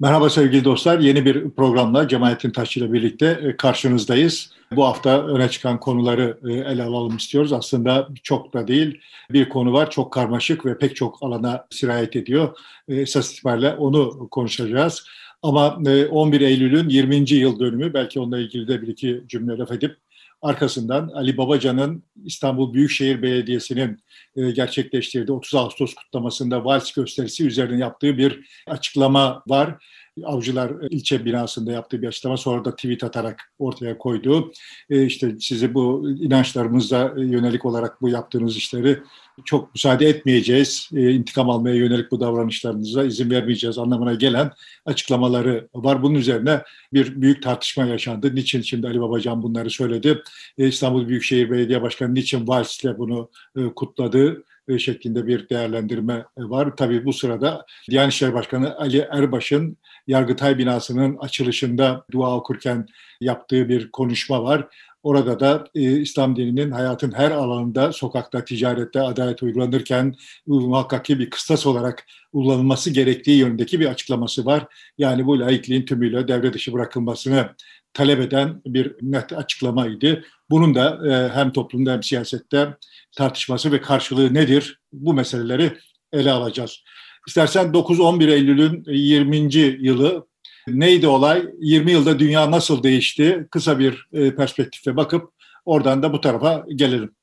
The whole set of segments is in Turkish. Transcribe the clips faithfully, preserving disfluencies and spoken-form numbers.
Merhaba sevgili dostlar. Yeni bir programla Cemalettin Taşçı ile birlikte karşınızdayız. Bu hafta öne çıkan konuları ele alalım istiyoruz. Aslında çok da değil. Bir konu var, çok karmaşık ve pek çok alana sirayet ediyor. Esas itibariyle onu konuşacağız. Ama on bir Eylül'ün yirminci yıl dönümü, belki onunla ilgili de bir iki cümle laf edip arkasından Ali Babacan'ın İstanbul Büyükşehir Belediyesi'nin gerçekleştirdiği otuz Ağustos kutlamasında vals gösterisi üzerine yaptığı bir açıklama var. Avcılar ilçe binasında yaptığı bir açıklama, sonra da tweet atarak ortaya koyduğu, e, işte sizi bu inançlarımıza yönelik olarak bu yaptığınız işleri çok müsaade etmeyeceğiz, e, intikam almaya yönelik bu davranışlarınıza izin vermeyeceğiz anlamına gelen açıklamaları var. Bunun üzerine bir büyük tartışma yaşandı. Niçin şimdi Ali Babacan bunları söyledi? E, İstanbul Büyükşehir Belediye Başkanı niçin valsle bunu e, kutladı? Şeklinde bir değerlendirme var. Tabii bu sırada Diyanet İşleri Başkanı Ali Erbaş'ın Yargıtay binasının açılışında dua okurken yaptığı bir konuşma var. Orada da e, İslam dininin hayatın her alanında, sokakta, ticarette adalet uygulanırken muhakkak ki bir kıstas olarak kullanılması gerektiği yönündeki bir açıklaması var. Yani bu laikliğin tümüyle devre dışı bırakılmasını talep eden bir net açıklamaydı. Bunun da e, hem toplumda hem siyasette tartışması ve karşılığı nedir? Bu meseleleri ele alacağız. İstersen dokuz on bir Eylül'ün yirminci yılı neydi olay? yirmi yılda dünya nasıl değişti? Kısa bir perspektifle bakıp oradan da bu tarafa gelelim.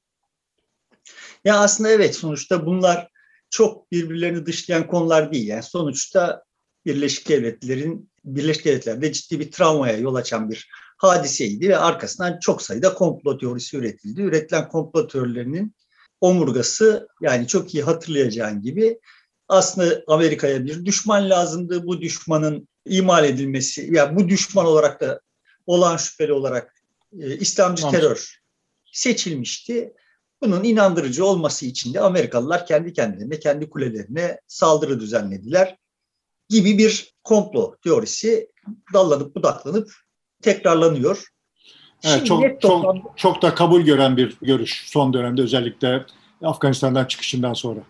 Ya aslında evet, sonuçta bunlar çok birbirlerini dışlayan konular değil. Yani sonuçta Birleşik Devletler'in Birleşik Devletler'de ciddi bir travmaya yol açan bir hadiseydi ve arkasından çok sayıda komplo teorisi üretildi. Üretilen komplo teorilerinin omurgası, yani çok iyi hatırlayacağın gibi, aslında Amerika'ya bir düşman lazımdı. Bu düşmanın imal edilmesi, yani bu düşman olarak da olağan şüpheli olarak e, İslamcı tamam. terör seçilmişti. Bunun inandırıcı olması için de Amerikalılar kendi kendilerine, kendi kulelerine saldırı düzenlediler gibi bir komplo teorisi dallanıp budaklanıp tekrarlanıyor. Evet, çok, toplam... çok, çok da kabul gören bir görüş son dönemde, özellikle Afganistan'dan çıkışından sonra.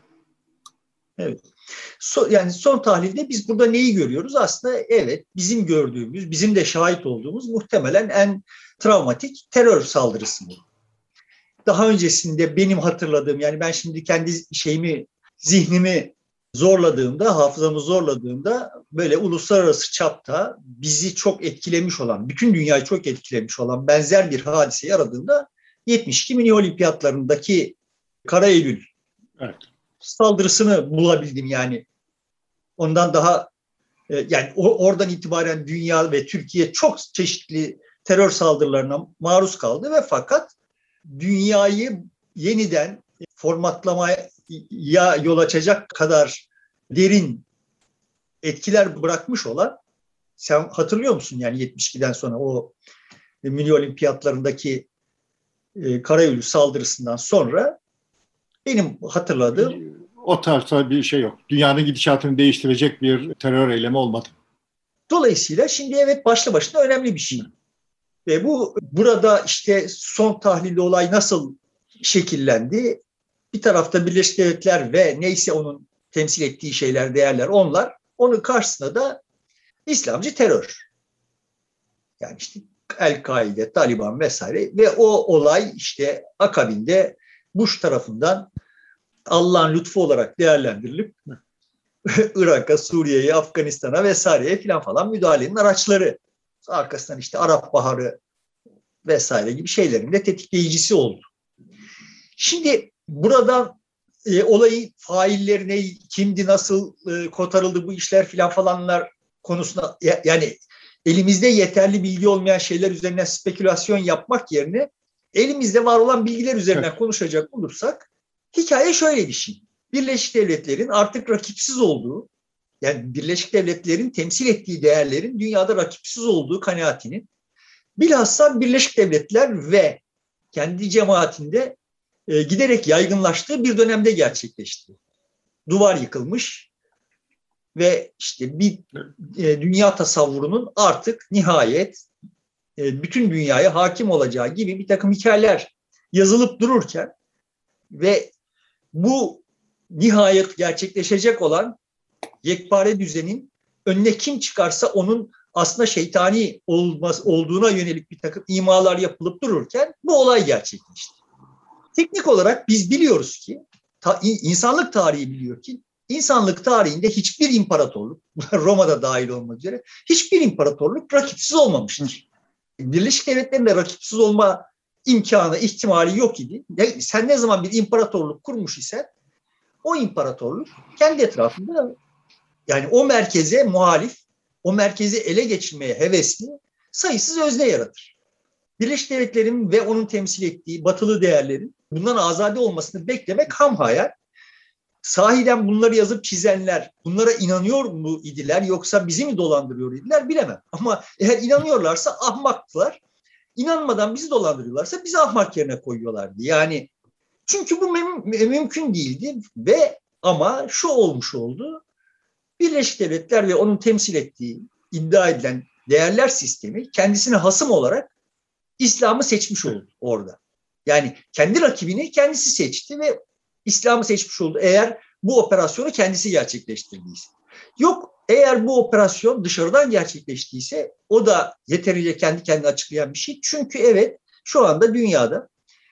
Evet. So, yani son tahlilde biz burada neyi görüyoruz? Aslında evet, bizim gördüğümüz, bizim de şahit olduğumuz muhtemelen en travmatik terör saldırısı bu. Daha öncesinde benim hatırladığım, yani ben şimdi kendi şeyimi, zihnimi zorladığımda, hafızamı zorladığımda böyle uluslararası çapta bizi çok etkilemiş olan, bütün dünyayı çok etkilemiş olan benzer bir hadiseyi aradığımda yetmiş iki Mini Olimpiyatlarındaki Kara Eylül evet. saldırısını bulabildim yani. Ondan daha yani oradan itibaren dünya ve Türkiye çok çeşitli terör saldırılarına maruz kaldı ve fakat dünyayı yeniden formatlamaya yol açacak kadar derin etkiler bırakmış olan, sen hatırlıyor musun yani yetmiş ikiden sonra o Mini Olimpiyatlarındaki e, Kara Eylül saldırısından sonra benim hatırladığım o tarzda bir şey yok. Dünyanın gidişatını değiştirecek bir terör eylemi olmadı. Dolayısıyla şimdi evet, başlı başına önemli bir şey. Ve bu burada işte son tahlilde olay nasıl şekillendi? Bir tarafta Birleşik Devletler ve neyse onun temsil ettiği şeyler, değerler onlar. Onun karşısında da İslamcı terör. Yani işte El-Kaide, Taliban vesaire ve o olay işte akabinde Bush tarafından Allah'ın lütfu olarak değerlendirilip Irak'a, Suriye'ye, Afganistan'a vesaireye filan falan müdahalenin araçları. Arkasından işte Arap Baharı vesaire gibi şeylerin de tetikleyicisi oldu. Şimdi buradan e, olayın faillerine, kimdi, nasıl e, kotarıldı bu işler filan falanlar konusunda, ya, yani elimizde yeterli bilgi olmayan şeyler üzerinden spekülasyon yapmak yerine elimizde var olan bilgiler üzerinden evet. konuşacak olursak hikaye şöyle bir şey. Birleşik Devletler'in artık rakipsiz olduğu, yani Birleşik Devletler'in temsil ettiği değerlerin dünyada rakipsiz olduğu kanaatinin bilhassa Birleşik Devletler ve kendi cemaatinde e, giderek yaygınlaştığı bir dönemde gerçekleşti. Duvar yıkılmış ve işte bir e, dünya tasavvurunun artık nihayet e, bütün dünyaya hakim olacağı gibi bir takım hikayeler yazılıp dururken ve bu nihayet gerçekleşecek olan yekpare düzenin önüne kim çıkarsa onun aslında şeytani olmaz, olduğuna yönelik bir takım imalar yapılıp dururken bu olay gerçekleşti. Teknik olarak biz biliyoruz ki, ta, insanlık tarihi biliyor ki, insanlık tarihinde hiçbir imparatorluk, Roma'da dahil olmak üzere, hiçbir imparatorluk rakipsiz olmamıştır. Birleşik Devletler'in de rakipsiz olma imkanı, ihtimali yok idi. Sen ne zaman bir imparatorluk kurmuş isen, o imparatorluk kendi etrafında, yani o merkeze muhalif, o merkezi ele geçirmeye hevesli sayısız özne yaratır. Birleşik Devletler'in ve onun temsil ettiği batılı değerlerin bundan azade olmasını beklemek ham hayal. Sahiden bunları yazıp çizenler bunlara inanıyor mu idiler, yoksa bizi mi dolandırıyor idiler bilemem. Ama eğer inanıyorlarsa ahmaktılar. İnanmadan bizi dolandırıyorlarsa bizi ahmak yerine koyuyorlardı. Yani çünkü bu müm- mümkün değildi ve ama şu olmuş oldu. Birleşik Devletler ve onun temsil ettiği, iddia edilen değerler sistemi kendisine hasım olarak İslam'ı seçmiş oldu orada. Yani kendi rakibini kendisi seçti ve İslam'ı seçmiş oldu eğer bu operasyonu kendisi gerçekleştirdiyse. Yok, eğer bu operasyon dışarıdan gerçekleştiyse o da yeterince kendi kendine açıklayan bir şey. Çünkü evet, şu anda dünyada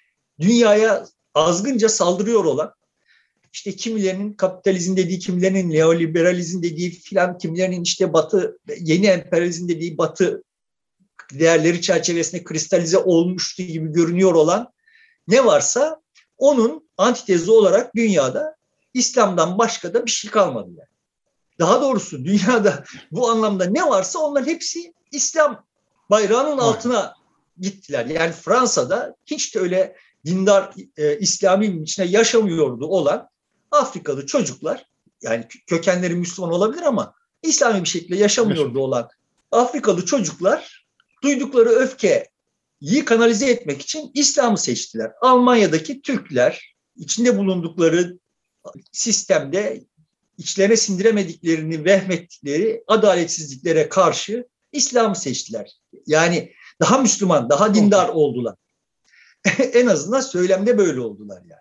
dünyaya azgınca saldırıyor olan, İşte kimilerinin kapitalizm dediği, kimilerinin neoliberalizm dediği filan, kimilerinin işte batı, yeni emperyalizm dediği batı değerleri çerçevesinde kristalize olmuştu gibi görünüyor olan ne varsa onun antitezi olarak dünyada İslam'dan başka da bir şey kalmadı yani. Daha doğrusu dünyada bu anlamda ne varsa onların hepsi İslam bayrağının altına gittiler. Yani Fransa'da hiç de öyle dindar e, İslami içine yaşamıyordu olan Afrikalı çocuklar, yani kökenleri Müslüman olabilir ama İslami bir şekilde yaşamıyordu olan Afrikalı çocuklar duydukları öfkeyi kanalize etmek için İslam'ı seçtiler. Almanya'daki Türkler içinde bulundukları sistemde içlerine sindiremediklerini vehmettikleri adaletsizliklere karşı İslam'ı seçtiler. Yani daha Müslüman, daha dindar oldular. En azından söylemde böyle oldular yani.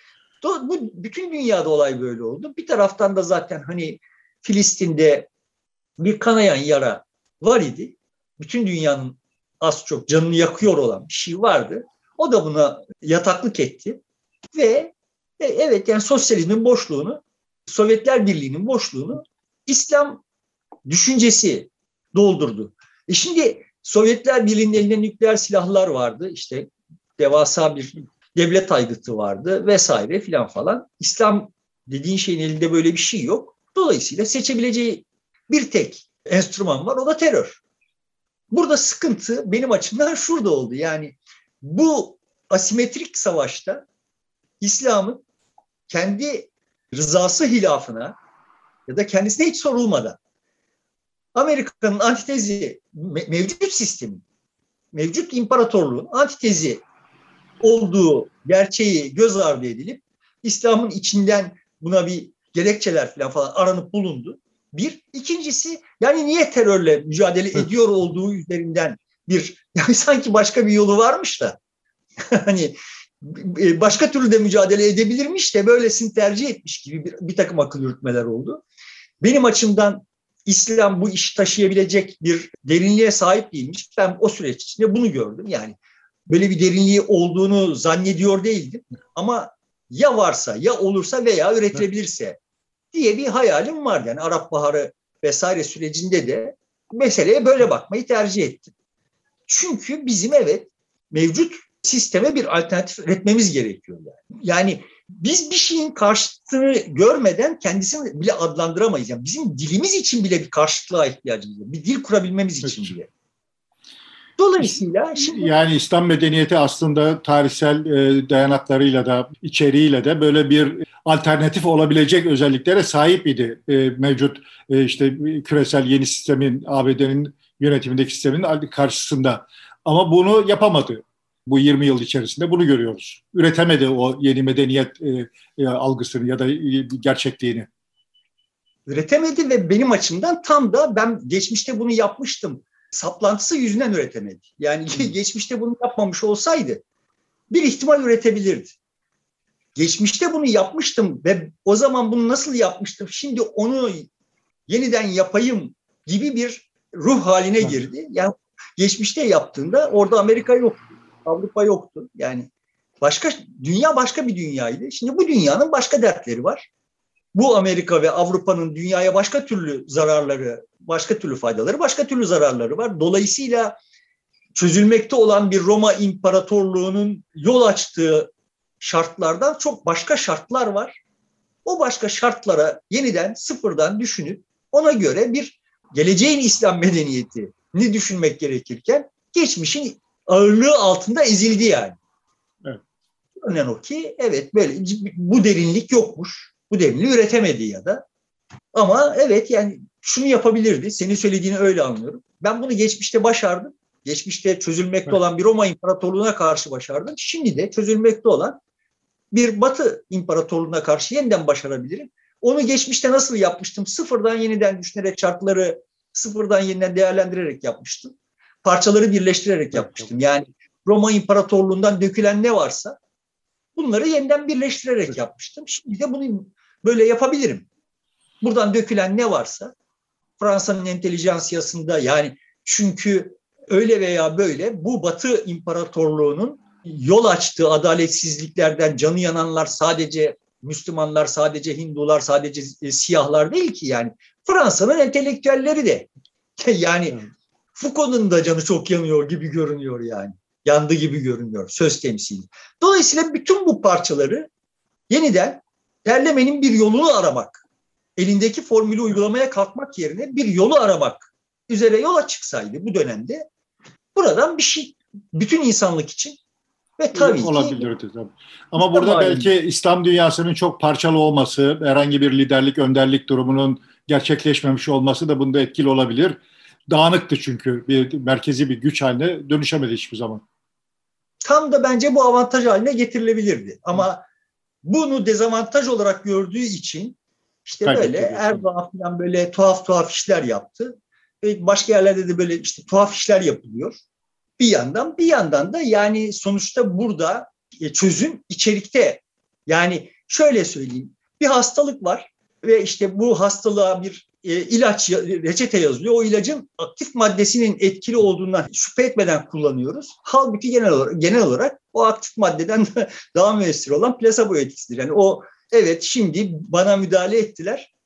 Bu bütün dünyada olay böyle oldu. Bir taraftan da zaten hani Filistin'de bir kanayan yara var idi. Bütün dünyanın az çok canını yakıyor olan bir şey vardı. O da buna yataklık etti ve evet, yani sosyalizmin boşluğunu, Sovyetler Birliği'nin boşluğunu İslam düşüncesi doldurdu. E şimdi Sovyetler Birliği'nin elinde nükleer silahlar vardı. İşte devasa bir devlet aygıtı vardı vesaire filan falan. İslam dediğin şeyin elinde böyle bir şey yok. Dolayısıyla seçebileceği bir tek enstrüman var, o da terör. Burada sıkıntı benim açımdan şurada oldu. Yani bu asimetrik savaşta İslam'ın kendi rızası hilafına ya da kendisine hiç sorulmadan Amerika'nın antitezi, mevcut sistemin, mevcut imparatorluğun antitezi olduğu gerçeği göz ardı edilip İslam'ın içinden buna bir gerekçeler falan falan aranıp bulundu. Bir. İkincisi, yani niye terörle mücadele ediyor olduğu üzerinden bir, yani sanki başka bir yolu varmış da hani başka türlü de mücadele edebilirmiş de böylesini tercih etmiş gibi bir, bir takım akıl yürütmeler oldu. Benim açımdan İslam bu işi taşıyabilecek bir derinliğe sahip değilmiş. Ben o süreç içinde bunu gördüm. Yani böyle bir derinliği olduğunu zannediyor değildim. Ama ya varsa, ya olursa veya üretilebilirse diye bir hayalim var. Yani Arap Baharı vesaire sürecinde de meseleye böyle bakmayı tercih ettim. Çünkü bizim evet mevcut sisteme bir alternatif üretmemiz gerekiyor. Yani, yani biz bir şeyin karşıtını görmeden kendisini bile adlandıramayız. Yani bizim dilimiz için bile bir karşıtlığa ihtiyacımız var. Bir dil kurabilmemiz için bile. Dolayısıyla şimdi... Yani İslam medeniyeti aslında tarihsel e, dayanaklarıyla da içeriğiyle de böyle bir alternatif olabilecek özelliklere sahip idi. E, mevcut e, işte küresel yeni sistemin, A B D'nin yönetimindeki sistemin karşısında. Ama bunu yapamadı. Bu yirmi yıl içerisinde bunu görüyoruz. Üretemedi o yeni medeniyet e, e, algısını ya da e, gerçekliğini. Üretemedi ve benim açımdan tam da ben geçmişte bunu yapmıştım saplantısı yüzünden üretemedi. Yani hmm. geçmişte bunu yapmamış olsaydı bir ihtimal üretebilirdi. Geçmişte bunu yapmıştım ve o zaman bunu nasıl yapmıştım, şimdi onu yeniden yapayım gibi bir ruh haline girdi. Yani geçmişte yaptığında orada Amerika yoktu, Avrupa yoktu. Yani başka dünya başka bir dünyaydı. Şimdi bu dünyanın başka dertleri var. Bu Amerika ve Avrupa'nın dünyaya başka türlü zararları, başka türlü faydaları, başka türlü zararları var. Dolayısıyla çözülmekte olan bir Roma İmparatorluğu'nun yol açtığı şartlardan çok başka şartlar var. O başka şartlara yeniden sıfırdan düşünüp ona göre bir geleceğin İslam medeniyetini düşünmek gerekirken geçmişin ağırlığı altında ezildi yani. Evet. Önemli o ki evet böyle bu derinlik yokmuş. Bu derinliği üretemedi ya da. Ama evet yani şunu yapabilirdi. Senin söylediğini öyle anlıyorum. Ben bunu geçmişte başardım. Geçmişte çözülmekte evet. olan bir Roma İmparatorluğu'na karşı başardım. Şimdi de çözülmekte olan bir Batı İmparatorluğu'na karşı yeniden başarabilirim. Onu geçmişte nasıl yapmıştım? Sıfırdan yeniden düşünerek şartları sıfırdan yeniden değerlendirerek yapmıştım. Parçaları birleştirerek yapmıştım. Yani Roma İmparatorluğu'ndan dökülen ne varsa bunları yeniden birleştirerek yapmıştım. Şimdi de bunu böyle yapabilirim. Buradan dökülen ne varsa Fransa'nın entelijansiyasında yani çünkü öyle veya böyle bu Batı İmparatorluğu'nun yol açtığı adaletsizliklerden canı yananlar sadece Müslümanlar, sadece Hindular, sadece siyahlar değil ki yani. Fransa'nın entelektüelleri de. Yani Foucault'un da canı çok yanıyor gibi görünüyor yani. Yandı gibi görünüyor söz temsili. Dolayısıyla bütün bu parçaları yeniden derlemenin bir yolunu aramak, elindeki formülü uygulamaya kalkmak yerine bir yolu aramak üzere yola çıksaydı bu dönemde buradan bir şey bütün insanlık için ve tabii ki olabilirdi tabii. Ama İslam burada belki halinde. İslam dünyasının çok parçalı olması, herhangi bir liderlik, önderlik durumunun gerçekleşmemiş olması da bunda etkili olabilir. Dağınıktı çünkü bir merkezi bir güç haline dönüşemedi hiçbir zaman. Tam da bence bu avantaj haline getirilebilirdi. Ama Hı. bunu dezavantaj olarak gördüğü için işte Kaybettim. böyle Erdoğan falan böyle tuhaf tuhaf işler yaptı. Ve başka yerlerde de böyle işte tuhaf işler yapılıyor. Bir yandan bir yandan da yani sonuçta burada çözüm içerikte. Yani şöyle söyleyeyim. Bir hastalık var ve işte bu hastalığa bir e, ilaç reçete yazılıyor. O ilacın aktif maddesinin etkili olduğundan şüphe etmeden kullanıyoruz. Halbuki genel olarak, genel olarak o aktif maddeden daha müessir olan plasebo etkisidir. Yani o evet şimdi bana müdahale ettiler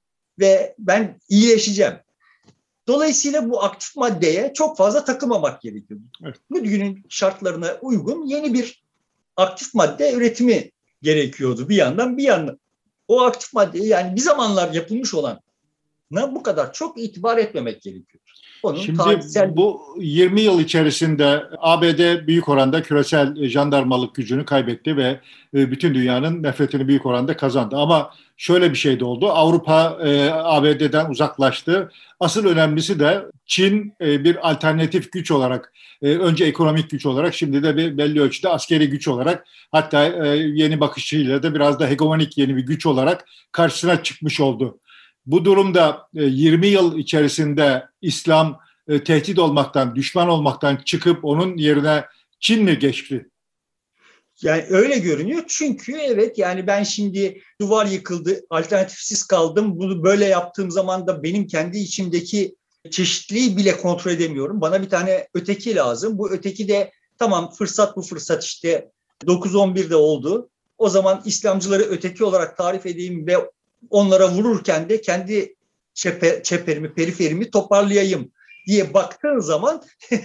ve ben iyileşeceğim. Dolayısıyla bu aktif maddeye çok fazla takılmamak gerekiyor. Evet. Bugünün şartlarına uygun yeni bir aktif madde üretimi gerekiyordu bir yandan bir yandan. O aktif maddeyi yani bir zamanlar yapılmış olana bu kadar çok itibar etmemek gerekiyor. Onun Şimdi tarihsel... bu yirmi yıl içerisinde A B D büyük oranda küresel jandarmalık gücünü kaybetti ve bütün dünyanın nefretini büyük oranda kazandı. Ama şöyle bir şey de oldu. Avrupa A B D'den uzaklaştı. Asıl önemlisi de Çin bir alternatif güç olarak, önce ekonomik güç olarak, şimdi de bir belli ölçüde askeri güç olarak, hatta yeni bakışıyla da biraz da hegemonik yeni bir güç olarak karşısına çıkmış oldu. Bu durumda yirmi yıl içerisinde İslam tehdit olmaktan, düşman olmaktan çıkıp onun yerine Çin mi geçti? Yani öyle görünüyor çünkü evet yani ben şimdi duvar yıkıldı, alternatifsiz kaldım. Bunu böyle yaptığım zaman da benim kendi içimdeki çeşitliliği bile kontrol edemiyorum. Bana bir tane öteki lazım. Bu öteki de tamam fırsat bu fırsat işte dokuz on birde oldu. O zaman İslamcıları öteki olarak tarif edeyim ve onlara vururken de kendi çeper, çeperimi, periferimi toparlayayım diye baktığın zaman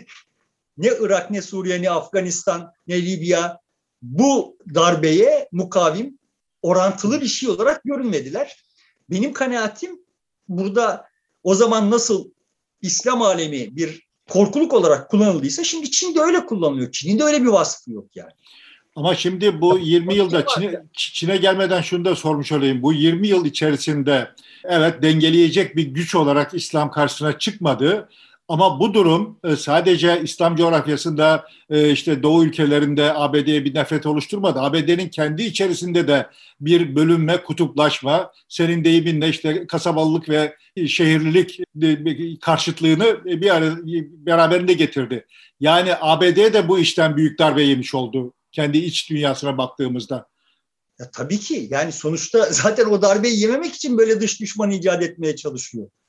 ne Irak, ne Suriye, ne Afganistan, ne Libya bu darbeye mukavim orantılı bir şey olarak görünmediler. Benim kanaatim burada o zaman nasıl İslam alemi bir korkuluk olarak kullanıldıysa şimdi Çin'de öyle kullanılıyor. Çin'in de öyle bir vasfı yok yani. Ama şimdi bu yirmi yılda Çin'e, Çin'e gelmeden şunu da sormuş olayım. Bu yirmi yıl içerisinde evet dengeleyecek bir güç olarak İslam karşısına çıkmadı. Ama bu durum sadece İslam coğrafyasında işte Doğu ülkelerinde A B D'ye bir nefret oluşturmadı. A B D'nin kendi içerisinde de bir bölünme, kutuplaşma, senin deyiminle işte kasabalılık ve şehirlilik karşıtlığını bir ara, beraberinde getirdi. Yani A B D de bu işten büyük darbe yemiş oldu kendi iç dünyasına baktığımızda. Ya tabii ki yani sonuçta zaten o darbeyi yememek için böyle dış düşman icat etmeye çalışıyor.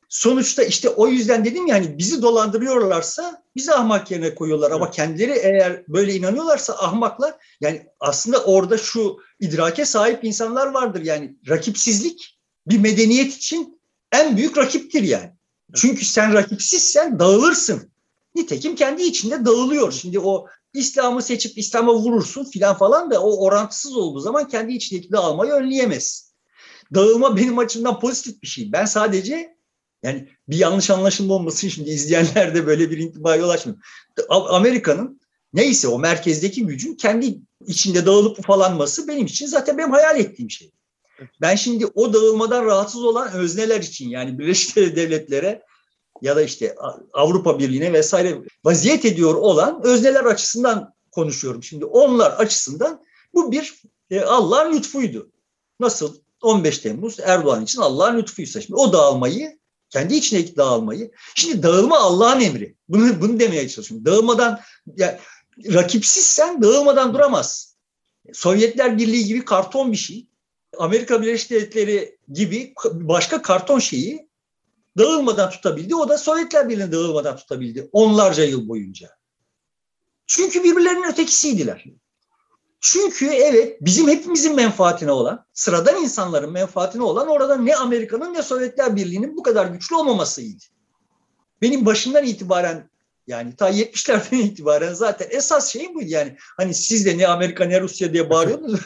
sonuçta işte o yüzden dedim ya hani bizi dolandırıyorlarsa bizi ahmak yerine koyuyorlar. Ama kendileri eğer böyle inanıyorlarsa ahmaklar. Yani aslında orada şu idrake sahip insanlar vardır. Yani rakipsizlik bir medeniyet için en büyük rakiptir yani. Çünkü sen rakipsizsen dağılırsın. Nitekim kendi içinde dağılıyor. Şimdi o İslam'ı seçip İslam'a vurursun filan falan da o orantısız olduğu zaman kendi içindeki dağılmayı önleyemez. Dağılma benim açımdan pozitif bir şey. Ben sadece yani bir yanlış anlaşılma olmasın şimdi izleyenler de böyle bir intibaya ulaşmıyor. Amerika'nın neyse o merkezdeki gücün kendi içinde dağılıp ufalanması benim için zaten benim hayal ettiğim şey. Ben şimdi o dağılmadan rahatsız olan özneler için yani Birleşik Devletlere ya da işte Avrupa Birliği'ne vesaire vaziyet ediyor olan özneler açısından konuşuyorum. Şimdi onlar açısından bu bir e, Allah'ın lütfuydu. Nasıl on beş Temmuz Erdoğan için Allah'ın lütfuysa şimdi o dağılmayı, kendi içindeki dağılmayı, şimdi dağılma Allah'ın emri. Bunu, bunu demeye çalışıyorum. Dağılmadan, yani, rakipsizsen dağılmadan duramaz. Sovyetler Birliği gibi karton bir şey, Amerika Birleşik Devletleri gibi başka karton şeyi dağılmadan tutabildi. O da Sovyetler Birliği'ni dağılmadan tutabildi onlarca yıl boyunca. Çünkü birbirlerinin ötekisiydiler. Çünkü evet bizim hepimizin menfaatine olan, sıradan insanların menfaatine olan orada ne Amerika'nın ne Sovyetler Birliği'nin bu kadar güçlü olmamasıydı. Benim başından itibaren yani ta yetmişlerden itibaren zaten esas şey buydu yani. Hani siz de ne Amerika ne Rusya diye bağırıyordunuz.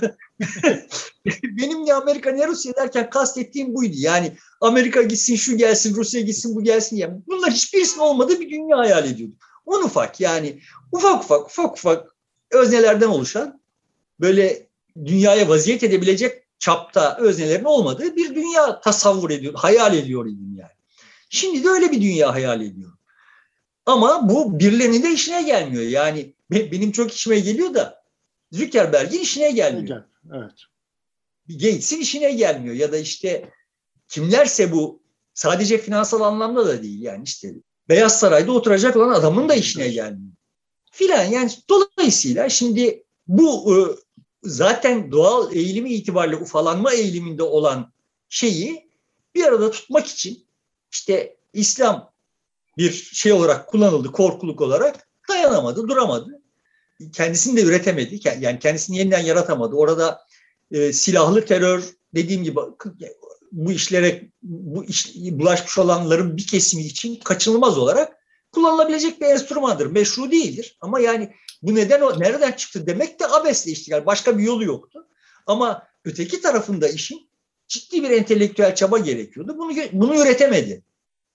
Benim ne Amerika ne Rusya derken kastettiğim buydu. Yani Amerika gitsin şu gelsin, Rusya gitsin bu gelsin. Yani bunlar hiçbirisinin olmadığı bir dünya hayal ediyordum. Un ufak yani ufak ufak ufak ufak öznelerden oluşan böyle dünyaya vaziyet edebilecek çapta öznelerin olmadığı bir dünya tasavvur ediyor, hayal ediyor idim yani. Şimdi de öyle bir dünya hayal ediyorum. Ama bu birilerinin de işine gelmiyor. Yani benim çok işime geliyor da Zuckerberg'in işine gelmiyor. Evet. Gates'in işine gelmiyor. Ya da işte kimlerse bu sadece finansal anlamda da değil. Yani işte Beyaz Saray'da oturacak olan adamın da işine gelmiyor. Filan yani dolayısıyla şimdi bu zaten doğal eğilimi itibariyle ufalanma eğiliminde olan şeyi bir arada tutmak için işte İslam bir şey olarak kullanıldı, korkuluk olarak dayanamadı, duramadı. Kendisini de üretemedi. Yani kendisini yeniden yaratamadı. Orada e, silahlı terör dediğim gibi bu işlere bu iş, bulaşmış olanların bir kesimi için kaçınılmaz olarak kullanılabilecek bir enstrümandır. Meşru değildir. Ama yani bu neden o nereden çıktı demek de abesle iştigal. Başka bir yolu yoktu. Ama öteki tarafında işin ciddi bir entelektüel çaba gerekiyordu. Bunu bunu üretemedi.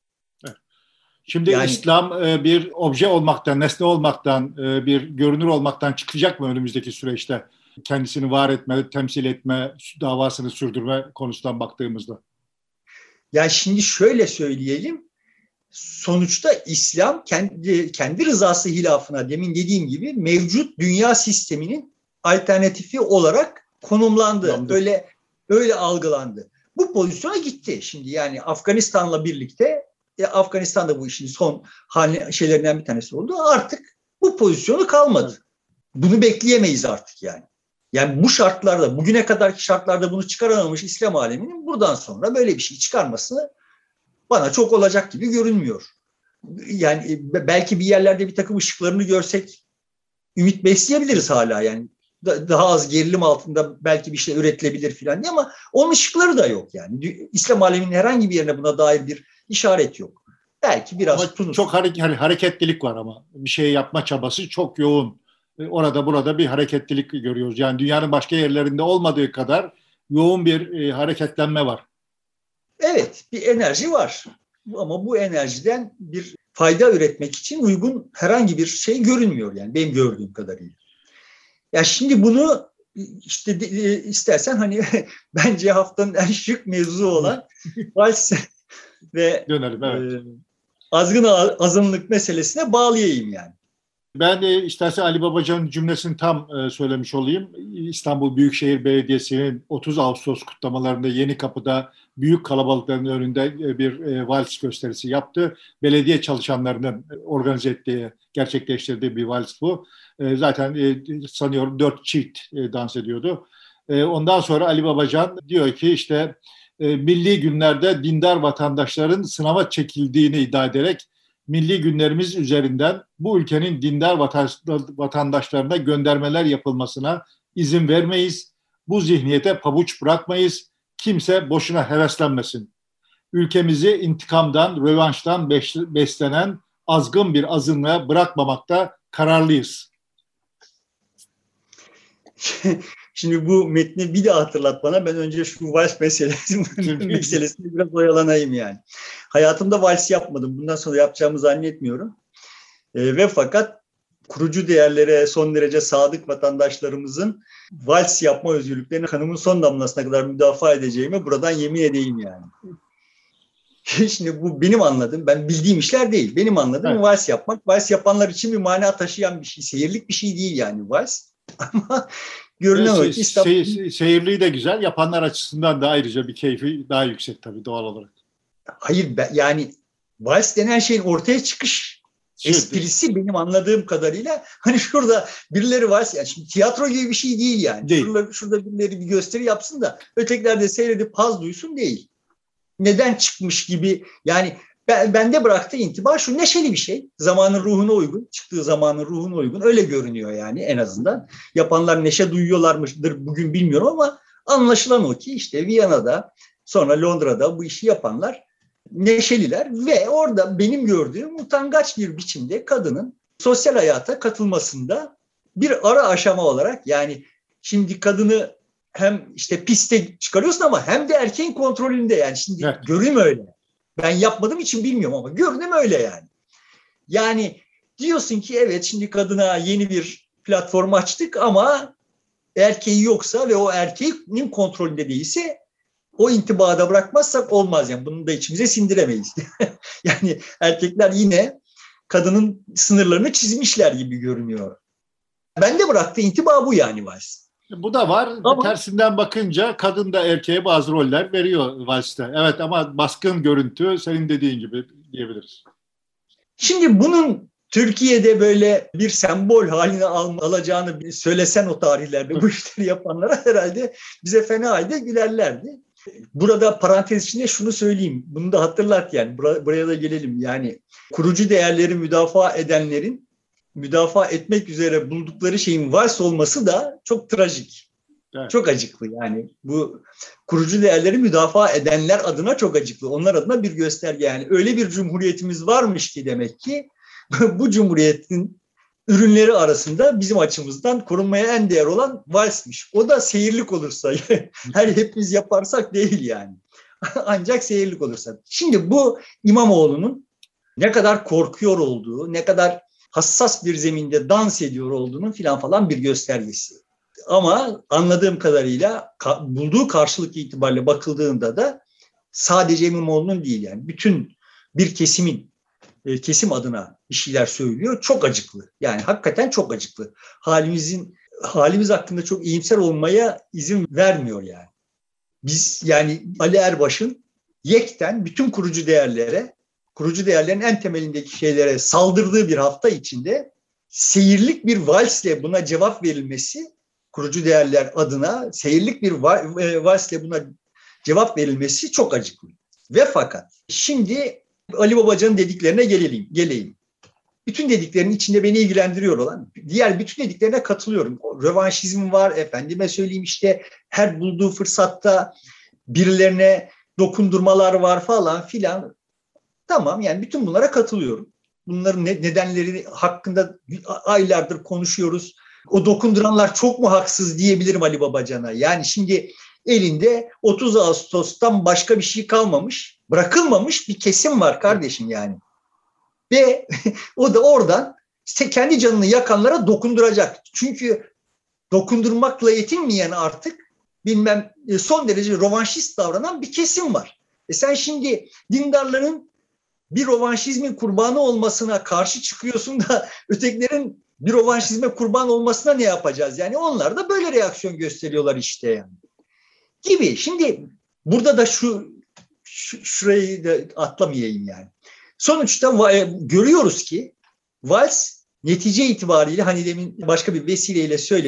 Şimdi yani, İslam bir obje olmaktan, nesne olmaktan, bir görünür olmaktan çıkacak mı önümüzdeki süreçte? Kendisini var etme, temsil etme, davasını sürdürme konusundan baktığımızda. Yani şimdi şöyle söyleyelim. Sonuçta İslam kendi, kendi rızası hilafına demin dediğim gibi mevcut dünya sisteminin alternatifi olarak konumlandı. Anladım. Öyle öyle algılandı. Bu pozisyona gitti. Şimdi yani Afganistan'la birlikte e, Afganistan da bu işin son hali, şeylerinden bir tanesi oldu. Artık bu pozisyonu kalmadı. Evet. Bunu bekleyemeyiz artık yani. Yani bu şartlarda, bugüne kadarki şartlarda bunu çıkaramamış İslam aleminin buradan sonra böyle bir şey çıkarmasını bana çok olacak gibi görünmüyor. Yani belki bir yerlerde bir takım ışıklarını görsek ümit besleyebiliriz hala yani. Daha az gerilim altında belki bir şey üretilebilir filan diye ama onun ışıkları da yok yani. İslam aleminin herhangi bir yerine buna dair bir işaret yok. Belki biraz Tunus. Çok hareketlilik var ama bir şey yapma çabası çok yoğun. Orada burada bir hareketlilik görüyoruz. Yani dünyanın başka yerlerinde olmadığı kadar yoğun bir hareketlenme var. Evet, bir enerji var. Ama bu enerjiden bir fayda üretmek için uygun herhangi bir şey görünmüyor yani benim gördüğüm kadarıyla. Ya şimdi bunu işte istersen hani bence haftanın en şık mevzu olan vals ve dönelim, evet. e, azgın azınlık meselesine bağlayayım yani. Ben de istersen Ali Babacan'ın cümlesini tam e, söylemiş olayım. İstanbul Büyükşehir Belediyesi'nin otuz Ağustos kutlamalarında Yenikapı'da büyük kalabalıkların önünde e, bir e, vals gösterisi yaptı. Belediye çalışanlarının organize ettiği, gerçekleştirdiği bir vals bu. E, zaten e, sanıyorum dört çift e, dans ediyordu. E, ondan sonra Ali Babacan diyor ki işte e, milli günlerde dindar vatandaşların sınava çekildiğini iddia ederek milli günlerimiz üzerinden bu ülkenin dindar vatandaşlarına göndermeler yapılmasına izin vermeyiz. Bu zihniyete pabuç bırakmayız. Kimse boşuna heveslenmesin. Ülkemizi intikamdan, rövanştan beslenen azgın bir azınlığa bırakmamakta kararlıyız. Şimdi bu metni bir daha hatırlat bana. Ben önce şu vals meselesi, meselesini biraz oyalanayım yani. Hayatımda vals yapmadım. Bundan sonra yapacağımı zannetmiyorum. E, ve fakat kurucu değerlere son derece sadık vatandaşlarımızın vals yapma özgürlüklerini kanımın son damlasına kadar müdafaa edeceğime buradan yemin edeyim yani. Şimdi bu benim anladığım, ben bildiğim işler değil. Benim anladığım evet. Vals yapmak. Vals yapanlar için bir mana taşıyan bir şey. Seyirlik bir şey değil yani vals. Ama görünen o ki İstanbul... Se- seyirliği de güzel. Yapanlar açısından da ayrıca bir keyfi daha yüksek tabii doğal olarak. Hayır ben, yani vals denen şeyin ortaya çıkış Şimdi. esprisi benim anladığım kadarıyla hani şurada birileri vals, yani şimdi tiyatro gibi bir şey değil yani. Değil. Şurada, şurada birileri bir gösteri yapsın da ötekiler de seyredip haz duysun değil. Neden çıkmış gibi yani ben, bende bıraktığı intiba şu: neşeli bir şey. Zamanın ruhuna uygun. Çıktığı zamanın ruhuna uygun. Öyle görünüyor yani en azından. Yapanlar neşe duyuyorlarmıştır bugün bilmiyorum ama anlaşılan o ki işte Viyana'da sonra Londra'da bu işi yapanlar neşeliler ve orada benim gördüğüm utangaç bir biçimde kadının sosyal hayata katılmasında bir ara aşama olarak, yani şimdi kadını hem işte piste çıkarıyorsun ama hem de erkeğin kontrolünde yani. Şimdi evet. Görünüm öyle. Ben yapmadığım için bilmiyorum ama görünüm öyle yani. Yani diyorsun ki evet şimdi kadına yeni bir platform açtık ama erkeği yoksa ve o erkeğin kontrolünde değilse o intibada bırakmazsak olmaz yani. Bunu da içimize sindiremeyiz. Yani erkekler yine kadının sınırlarını çizmişler gibi görünüyor. Ben de bıraktığı intiba bu yani vals. Bu da var. Ama tersinden bakınca kadın da erkeğe bazı roller veriyor valste. Evet ama baskın görüntü senin dediğin gibi diyebiliriz. Şimdi bunun Türkiye'de böyle bir sembol haline al- alacağını söylesen o tarihlerde bu işleri yapanlara herhalde bize fena halde gülerlerdi. Burada parantez içinde şunu söyleyeyim. Bunu da hatırlat yani. Bur- buraya da gelelim. Yani kurucu değerleri müdafaa edenlerin müdafaa etmek üzere buldukları şeyin vals olması da çok trajik. Evet. Çok acıklı yani. Bu kurucu değerleri müdafaa edenler adına çok acıklı. Onlar adına bir gösterge yani. Öyle bir cumhuriyetimiz varmış ki demek ki bu cumhuriyetin ürünleri arasında bizim açımızdan korunmaya en değer olan valsmiş. O da seyirlik olursa, her hepimiz yaparsak değil yani. Ancak seyirlik olursa. Şimdi bu İmamoğlu'nun ne kadar korkuyor olduğu, ne kadar hassas bir zeminde dans ediyor olduğunun filan falan bir göstergesi. Ama anladığım kadarıyla ka- bulduğu karşılık itibariyle bakıldığında da sadece İmamoğlu'nun değil yani bütün bir kesimin e, kesim adına bir şeyler söylüyor. Çok acıklı. Yani hakikaten çok acıklı. Halimizin halimiz hakkında çok iyimser olmaya izin vermiyor yani. Biz yani Ali Erbaş'ın yekten bütün kurucu değerlere, kurucu değerlerin en temelindeki şeylere saldırdığı bir hafta içinde seyirlik bir valsle buna cevap verilmesi, kurucu değerler adına seyirlik bir valsle buna cevap verilmesi çok acıklı. Ve fakat şimdi Ali Babacan'ın dediklerine gelelim, geleyim. Bütün dediklerinin içinde beni ilgilendiriyor olan diğer bütün dediklerine katılıyorum. Rövanşizm var, efendime söyleyeyim işte her bulduğu fırsatta birilerine dokundurmalar var falan filan. Tamam yani bütün bunlara katılıyorum. Bunların nedenleri hakkında aylardır konuşuyoruz. O dokunduranlar çok mu haksız diyebilirim Ali Babacan'a. Yani şimdi elinde otuz Ağustos'tan başka bir şey kalmamış, bırakılmamış bir kesim var kardeşim yani. Ve o da oradan işte kendi canını yakanlara dokunduracak. Çünkü dokundurmakla yetinmeyen artık bilmem son derece rövanşist davranan bir kesim var. E sen şimdi dindarların bir rövanşizmin kurbanı olmasına karşı çıkıyorsun da ötekilerin bir rövanşizme kurban olmasına ne yapacağız? Yani onlar da böyle reaksiyon gösteriyorlar işte yani. Gibi. Şimdi burada da şu, şu şurayı da atlamayayım yani. Sonuçta görüyoruz ki vals netice itibariyle hani demin başka bir vesileyle söyledim.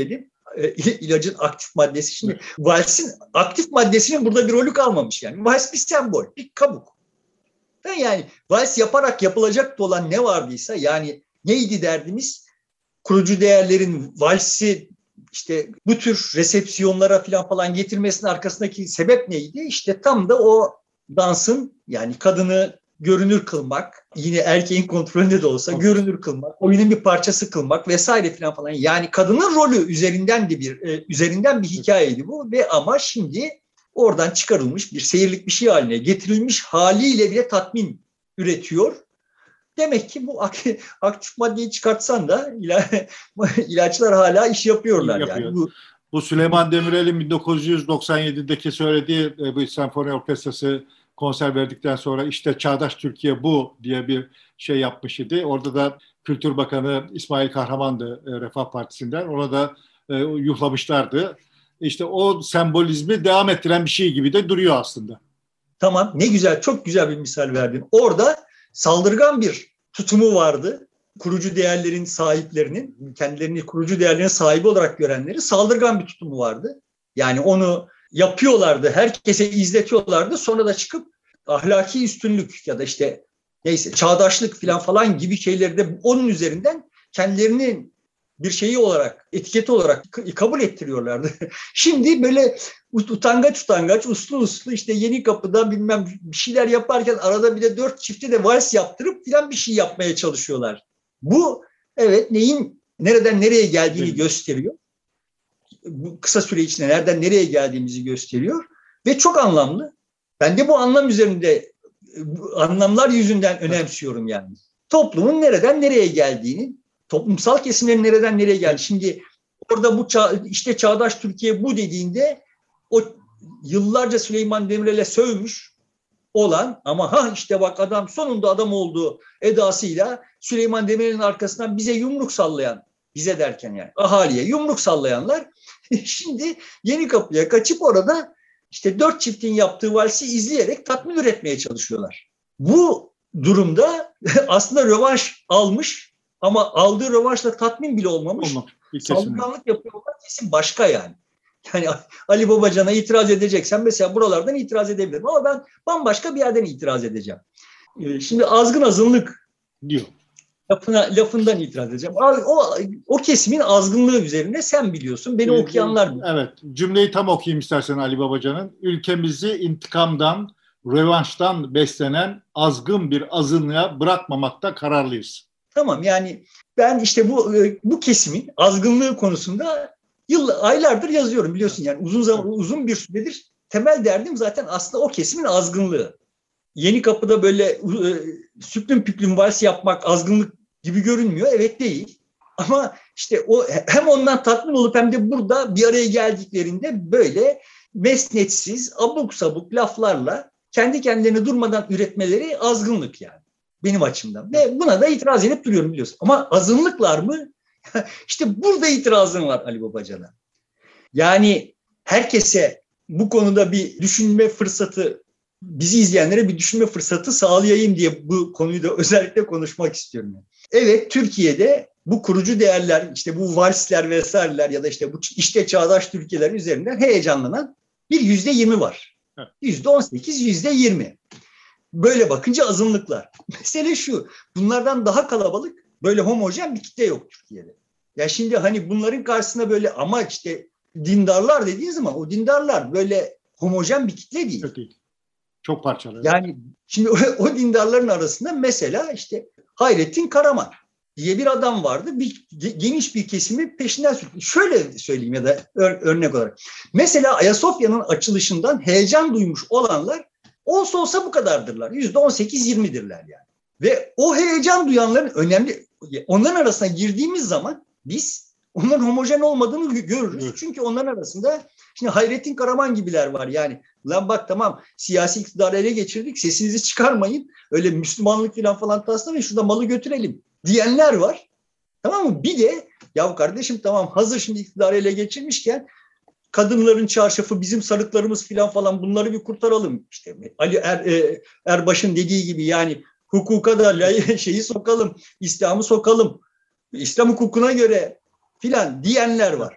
e, ilacın aktif maddesi. Şimdi valsin aktif maddesinin burada bir rolü kalmamış yani. Vals bir sembol, bir kabuk. Yani vals yaparak yapılacak olan ne vardıysa, yani neydi derdimiz? Kurucu değerlerin valsi işte bu tür resepsiyonlara falan falan getirmesinin arkasındaki sebep neydi? İşte tam da o dansın, yani kadını görünür kılmak, yine erkeğin kontrolünde de olsa görünür kılmak, oyunun bir parçası kılmak vesaire falan falan. Yani kadının rolü üzerinden de bir e, üzerinden bir hikayeydi bu ve ama şimdi oradan çıkarılmış bir seyirlik bir şey haline getirilmiş haliyle bile tatmin üretiyor. Demek ki bu aktif maddeyi çıkartsan da ilaçlar hala iş yapıyorlar. Yapıyor. Yani. Bu, bu Süleyman Demirel'in bin dokuz yüz doksan yedideki söylediği bu senfoni orkestrası konser verdikten sonra işte Çağdaş Türkiye bu diye bir şey yapmış idi. Orada da Kültür Bakanı İsmail Kahraman'dı Refah Partisi'nden. Ona da e, yuhlamışlardı. İşte o sembolizmi devam ettiren bir şey gibi de duruyor aslında. Tamam, ne güzel, çok güzel bir misal verdin. Orada saldırgan bir tutumu vardı. Kurucu değerlerin sahiplerinin, kendilerini kurucu değerlerin sahibi olarak görenleri saldırgan bir tutumu vardı. Yani onu yapıyorlardı, herkese izletiyorlardı. Sonra da çıkıp ahlaki üstünlük ya da işte neyse çağdaşlık falan falan gibi şeyleri de onun üzerinden kendilerinin bir şeyi olarak, etiketi olarak kabul ettiriyorlardı. Şimdi böyle utangaç utangaç, uslu uslu işte Yenikapı'da bilmem bir şeyler yaparken arada bir de dört çifte de vals yaptırıp falan bir şey yapmaya çalışıyorlar. Bu evet neyin nereden nereye geldiğini evet. gösteriyor. Bu kısa süre içinde nereden nereye geldiğimizi gösteriyor ve çok anlamlı. Ben de bu anlam üzerinde, bu anlamlar yüzünden önemsiyorum yani. Toplumun nereden nereye geldiğini, toplumsal kesimlerin nereden nereye geldi. Şimdi orada bu çağ, işte Çağdaş Türkiye bu dediğinde o yıllarca Süleyman Demirel'e sövmüş olan ama ha işte bak adam sonunda adam olduğu edasıyla Süleyman Demirel'in arkasından bize yumruk sallayan, bize derken yani ahaliye yumruk sallayanlar şimdi Yenikapı'ya kaçıp orada işte dört çiftin yaptığı valsi izleyerek tatmin üretmeye çalışıyorlar. Bu durumda aslında rövanş almış ama aldığı rövanşla tatmin bile olmamış. Olmaz. Saldırganlık yapıyor olan kesin başka yani. Yani Ali Babacan'a itiraz edeceksen mesela buralardan itiraz edebilirim ama ben bambaşka bir yerden itiraz edeceğim. Şimdi azgın azınlık diyor. Lafına, lafından itiraz edeceğim. O, o kesimin azgınlığı üzerine sen biliyorsun. Beni ee, okuyanlar biliyor. Evet. Cümleyi tam okuyayım istersen Ali Babacan'ın. Ülkemizi intikamdan, rövanştan beslenen azgın bir azınlığa bırakmamakta kararlıyız. Tamam yani ben işte bu bu kesimin azgınlığı konusunda yıl aylardır yazıyorum biliyorsun yani uzun zaman uzun bir süredir temel derdim zaten aslında o kesimin azgınlığı. Yenikapı'da böyle e, süplüm püplüm vals yapmak azgınlık gibi görünmüyor. Evet değil. Ama işte o hem ondan tatmin olup hem de burada bir araya geldiklerinde böyle mesnetsiz, abuk sabuk laflarla kendi kendilerine durmadan üretmeleri azgınlık yani. Benim açımdan. Ve buna da itiraz edip duruyorum biliyorsun. Ama azınlıklar mı? İşte burada itirazım var Ali Babacan'a. Yani herkese bu konuda bir düşünme fırsatı, bizi izleyenlere bir düşünme fırsatı sağlayayım diye bu konuyu da özellikle konuşmak istiyorum. Evet, Türkiye'de bu kurucu değerler, işte bu valsler vesaireler ya da işte bu işte çağdaş Türkiye'ler üzerinden heyecanlanan bir yüzde yirmi var. Yüzde on sekiz, yüzde yirmi. Böyle bakınca azınlıklar. Mesele şu, bunlardan daha kalabalık, böyle homojen bir kitle yok Türkiye'de. Ya şimdi hani bunların karşısında böyle ama işte dindarlar dediğin zaman o dindarlar böyle homojen bir kitle değil. Çok değil. Çok parçalı. Yani şimdi o, o dindarların arasında mesela işte Hayrettin Karaman diye bir adam vardı. Bir, geniş bir kesimi peşinden sürükledi. Şöyle söyleyeyim ya da ör, örnek olarak. Mesela Ayasofya'nın açılışından heyecan duymuş olanlar olsa olsa bu kadardırlar. yüzde on sekiz yirmidirler yani. Ve o heyecan duyanların önemli, onların arasına girdiğimiz zaman biz onların homojen olmadığını görürüz. Evet. Çünkü onların arasında şimdi Hayrettin Karaman gibiler var yani. Lan bak tamam siyasi iktidarı ele geçirdik, sesinizi çıkarmayın. Öyle Müslümanlık falan falan taslamayın, şurada malı götürelim diyenler var. Tamam mı? Bir de ya kardeşim tamam hazır şimdi iktidarı ele geçirmişken kadınların çarşafı, bizim sarıklarımız falan falan bunları bir kurtaralım. İşte Ali er, e, Erbaş'ın dediği gibi yani hukuka da şeyi sokalım, İslam'ı sokalım. İslam hukukuna göre filan diyenler var.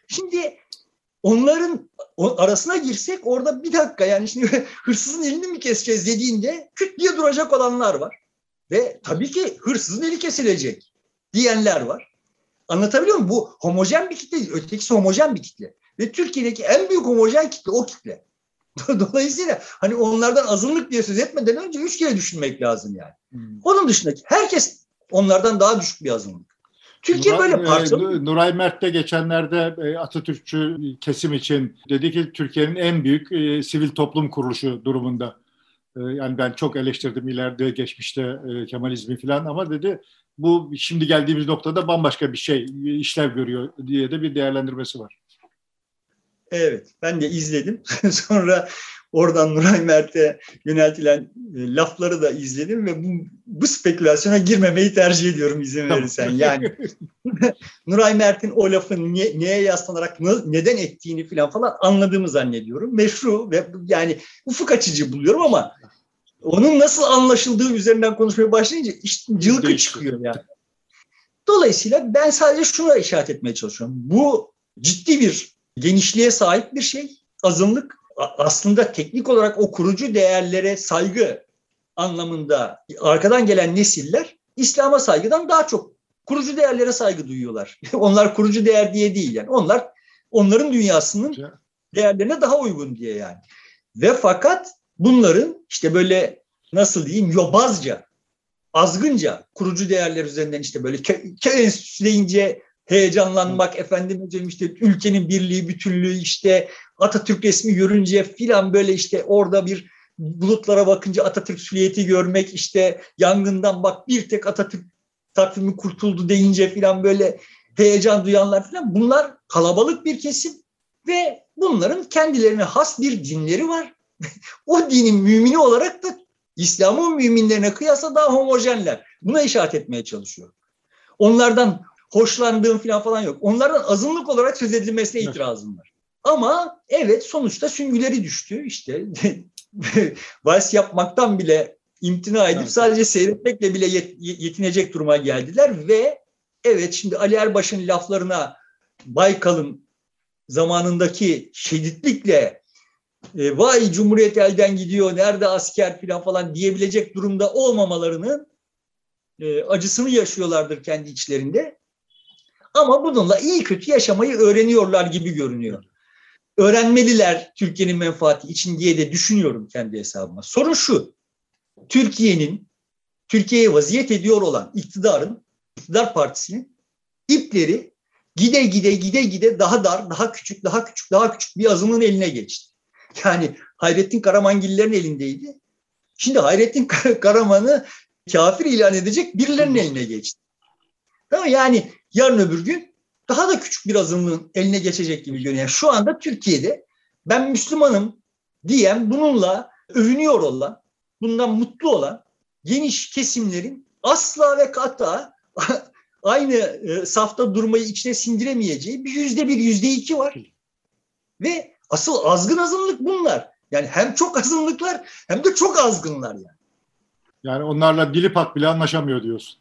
Şimdi onların arasına girsek orada bir dakika yani şimdi hırsızın elini mi keseceğiz dediğinde küt diye duracak olanlar var. Ve tabii ki hırsızın eli kesilecek diyenler var. Anlatabiliyor muyum? Bu homojen bir kitle değil. Ötekisi homojen bir kitle. Ve Türkiye'deki en büyük homojen kitle o kitle. Dolayısıyla hani onlardan azınlık diye söz etmeden önce üç kere düşünmek lazım yani. Hmm. Onun dışındaki herkes onlardan daha düşük bir azınlık. Türkiye Nuray, böyle parçalı. E, Nuray Mert de geçenlerde Atatürkçü kesim için dedi ki Türkiye'nin en büyük e, sivil toplum kuruluşu durumunda. E, yani ben çok eleştirdim ileride geçmişte e, Kemalizmi falan ama dedi bu şimdi geldiğimiz noktada bambaşka bir şey işlev görüyor diye de bir değerlendirmesi var. Evet, ben de izledim. Sonra oradan Nuray Mert'e yöneltilen lafları da izledim ve bu, bu spekülasyona girmemeyi tercih ediyorum izin verirsen. Yani Nuray Mert'in o lafın ne, neye yaslanarak ne, neden ettiğini falan falan anladığımı zannediyorum. Meşru ve yani ufuk açıcı buluyorum ama onun nasıl anlaşıldığı üzerinden konuşmaya başlayınca işte cılkı çıkıyor yani. Dolayısıyla ben sadece şuna işaret etmeye çalışıyorum. Bu ciddi bir genişliğe sahip bir şey. Azınlık aslında teknik olarak o kurucu değerlere saygı anlamında arkadan gelen nesiller İslam'a saygıdan daha çok kurucu değerlere saygı duyuyorlar. Onlar kurucu değer diye değil yani. Onlar onların dünyasının değerlerine daha uygun diye yani. Ve fakat bunların işte böyle nasıl diyeyim yobazca, azgınca kurucu değerler üzerinden işte böyle köy, köy enstitüsü deyince heyecanlanmak, efendim hocam işte ülkenin birliği, bütünlüğü işte Atatürk resmi görünce filan böyle işte orada bir bulutlara bakınca Atatürk silüeti görmek işte yangından bak bir tek Atatürk takvimi kurtuldu deyince filan böyle heyecan duyanlar filan bunlar kalabalık bir kesim ve bunların kendilerine has bir dinleri var. O dinin mümini olarak da İslam'ın müminlerine kıyasla daha homojenler. Buna işaret etmeye çalışıyorum. Onlardan hoşlandığım falan falan yok. Onlardan azınlık olarak söz edilmesine itirazım var. Ama evet sonuçta süngüleri düştü. İşte vals yapmaktan bile imtina edip evet. sadece seyretmekle bile yet- yetinecek duruma geldiler ve evet şimdi Ali Erbaş'ın laflarına Baykal'ın zamanındaki şiddetlikle e, vay Cumhuriyet elden gidiyor, nerede asker falan falan diyebilecek durumda olmamalarının e, acısını yaşıyorlardır kendi içlerinde. Ama bununla iyi kötü yaşamayı öğreniyorlar gibi görünüyor. Öğrenmeliler Türkiye'nin menfaati için diye de düşünüyorum kendi hesabıma. Sorun şu, Türkiye'nin, Türkiye'ye vaziyet ediyor olan iktidarın, iktidar partisinin ipleri gide gide gide gide daha dar, daha küçük, daha küçük, daha küçük bir azınlığın eline geçti. Yani Hayrettin Karamangillerin elindeydi. Şimdi Hayrettin Karaman'ı kafir ilan edecek birilerinin eline geçti. Ama yani yarın öbür gün daha da küçük bir azınlığın eline geçecek gibi görünüyor. Yani şu anda Türkiye'de ben Müslümanım diyen, bununla övünüyor olan, bundan mutlu olan geniş kesimlerin asla ve kata aynı e, safta durmayı içine sindiremeyeceği bir yüzde bir, yüzde iki var. Ve asıl azgın azınlık bunlar. Yani hem çok azınlıklar hem de çok azgınlar yani. Yani onlarla Dilipak bile anlaşamıyor diyorsun.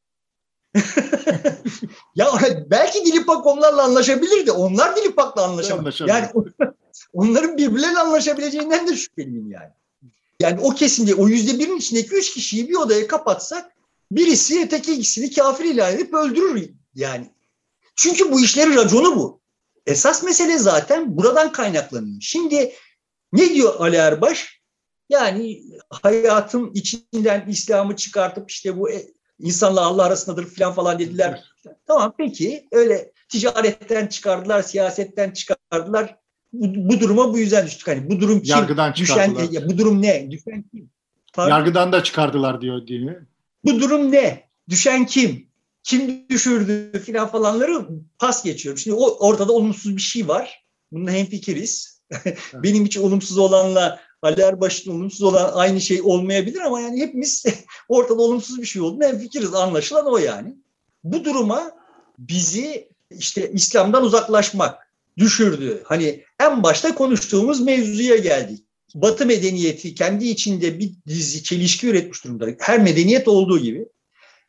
Ya belki Dilipak onlarla anlaşabilir de onlar Dilipak'la anlaşamıyor. Yani onların birbirleriyle anlaşabileceğinden de şüpheliyim yani. Yani o kesimde o yüzde birin içindeki üç kişiyi bir odaya kapatsak birisi öteki ikisini kafir ilan edip öldürür yani. Çünkü bu işlerin raconu bu. Esas mesele zaten buradan kaynaklanıyor. Şimdi ne diyor Ali Erbaş? Yani hayatın içinden İslam'ı çıkartıp işte bu insanla Allah arasındadır falan falan dediler. Tamam peki öyle ticaretten çıkardılar, siyasetten çıkardılar. Bu, bu duruma bu yüzden düştük. Hani bu durum kim? Yargıdan Düşen, ya, bu durum ne? Düşen kim? Pardon? Yargıdan da çıkardılar diyor değil mi? Bu durum ne? Düşen kim? Kim düşürdü falan falanları pas geçiyorum. Şimdi o, ortada olumsuz bir şey var. Bununla hemfikiriz. Benim için olumsuz olanla Ali Erbaş'ın olumsuz olan aynı şey olmayabilir ama yani hepimiz ortada olumsuz bir şey olduğunu hemfikiriz. Anlaşılan o yani. Bu duruma bizi işte İslam'dan uzaklaşmak düşürdü. Hani en başta konuştuğumuz mevzuya geldik. Batı medeniyeti kendi içinde bir dizi çelişki üretmiş durumda. Her medeniyet olduğu gibi.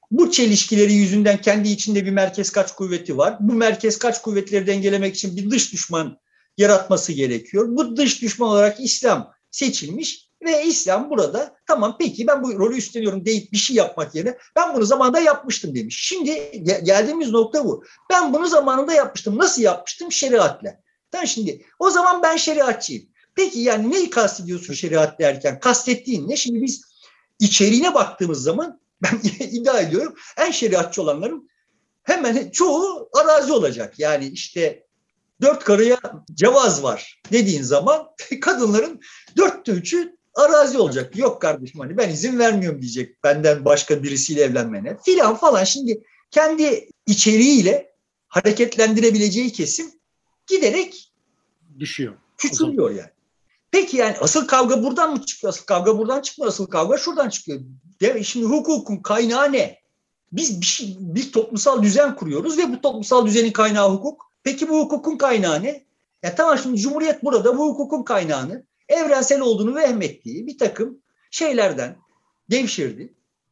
Bu çelişkileri yüzünden kendi içinde bir merkez kaç kuvveti var. Bu merkez kaç kuvvetleri dengelemek için bir dış düşman yaratması gerekiyor. Bu dış düşman olarak İslam seçilmiş ve İslam burada tamam peki ben bu rolü üstleniyorum deyip bir şey yapmak yerine ben bunu zamanında yapmıştım demiş. Şimdi geldiğimiz nokta bu. Ben bunu zamanında yapmıştım. Nasıl yapmıştım? Şeriatla. Tamam şimdi o zaman ben şeriatçıyım. Peki yani neyi kastediyorsun şeriat derken? Kastettiğin ne? Şimdi biz içeriğine baktığımız zaman ben iddia ediyorum en şeriatçı olanların hemen çoğu arazi olacak. Yani işte dört karıya cevaz var dediğin zaman kadınların dörtte üçü arazi olacak. Yok kardeşim hani ben izin vermiyorum diyecek benden başka birisiyle evlenmene filan falan. Şimdi kendi içeriğiyle hareketlendirebileceği kesim giderek düşüyor. Küçülüyor yani. Peki yani asıl kavga buradan mı çıkıyor? Asıl kavga buradan çıkmıyor. Asıl kavga şuradan çıkıyor. Şimdi hukukun kaynağı ne? Biz bir, şey, bir toplumsal düzen kuruyoruz ve bu toplumsal düzenin kaynağı hukuk. Peki bu hukukun kaynağı ne? Ya tamam şimdi Cumhuriyet burada bu hukukun kaynağını evrensel olduğunu vehmettiği bir takım şeylerden devşirdi.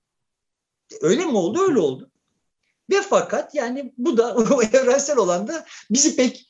Öyle mi oldu? Öyle oldu. Ve fakat yani bu da o evrensel olan da bizi pek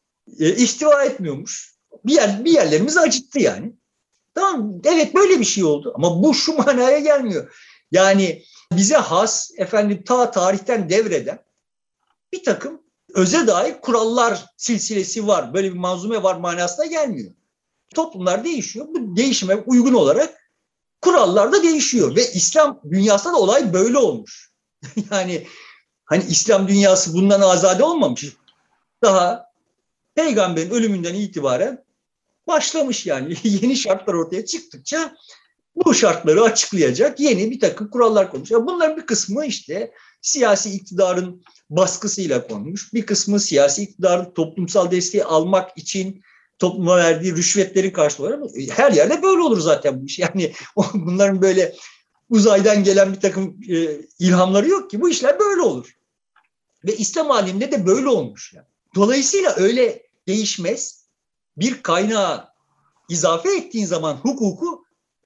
e, ihtiva etmiyormuş. Bir, yer, bir yerlerimizi acıttı yani. Tamam evet böyle bir şey oldu ama bu şu manaya gelmiyor. Yani bize has efendim ta tarihten devreden bir takım öze dair kurallar silsilesi var. Böyle bir manzume var manasına gelmiyor. Toplumlar değişiyor. Bu değişime uygun olarak kurallar da değişiyor. Ve İslam dünyasında da olay böyle olmuş. Yani hani İslam dünyası bundan azade olmamış. Daha peygamberin ölümünden itibaren başlamış yani. Yeni şartlar ortaya çıktıkça bu şartları açıklayacak yeni bir takım kurallar konmuş. Bunların bir kısmı işte siyasi iktidarın baskısıyla konmuş. Bir kısmı siyasi iktidarın toplumsal desteği almak için topluma verdiği rüşvetlerin karşılığı. Her yerde böyle olur zaten bu iş. Yani bunların böyle uzaydan gelen bir takım e, ilhamları yok ki. Bu işler böyle olur. Ve İslam aleminde de böyle olmuş. Yani. Dolayısıyla öyle değişmez. Bir kaynağı izafe ettiğin zaman hukuku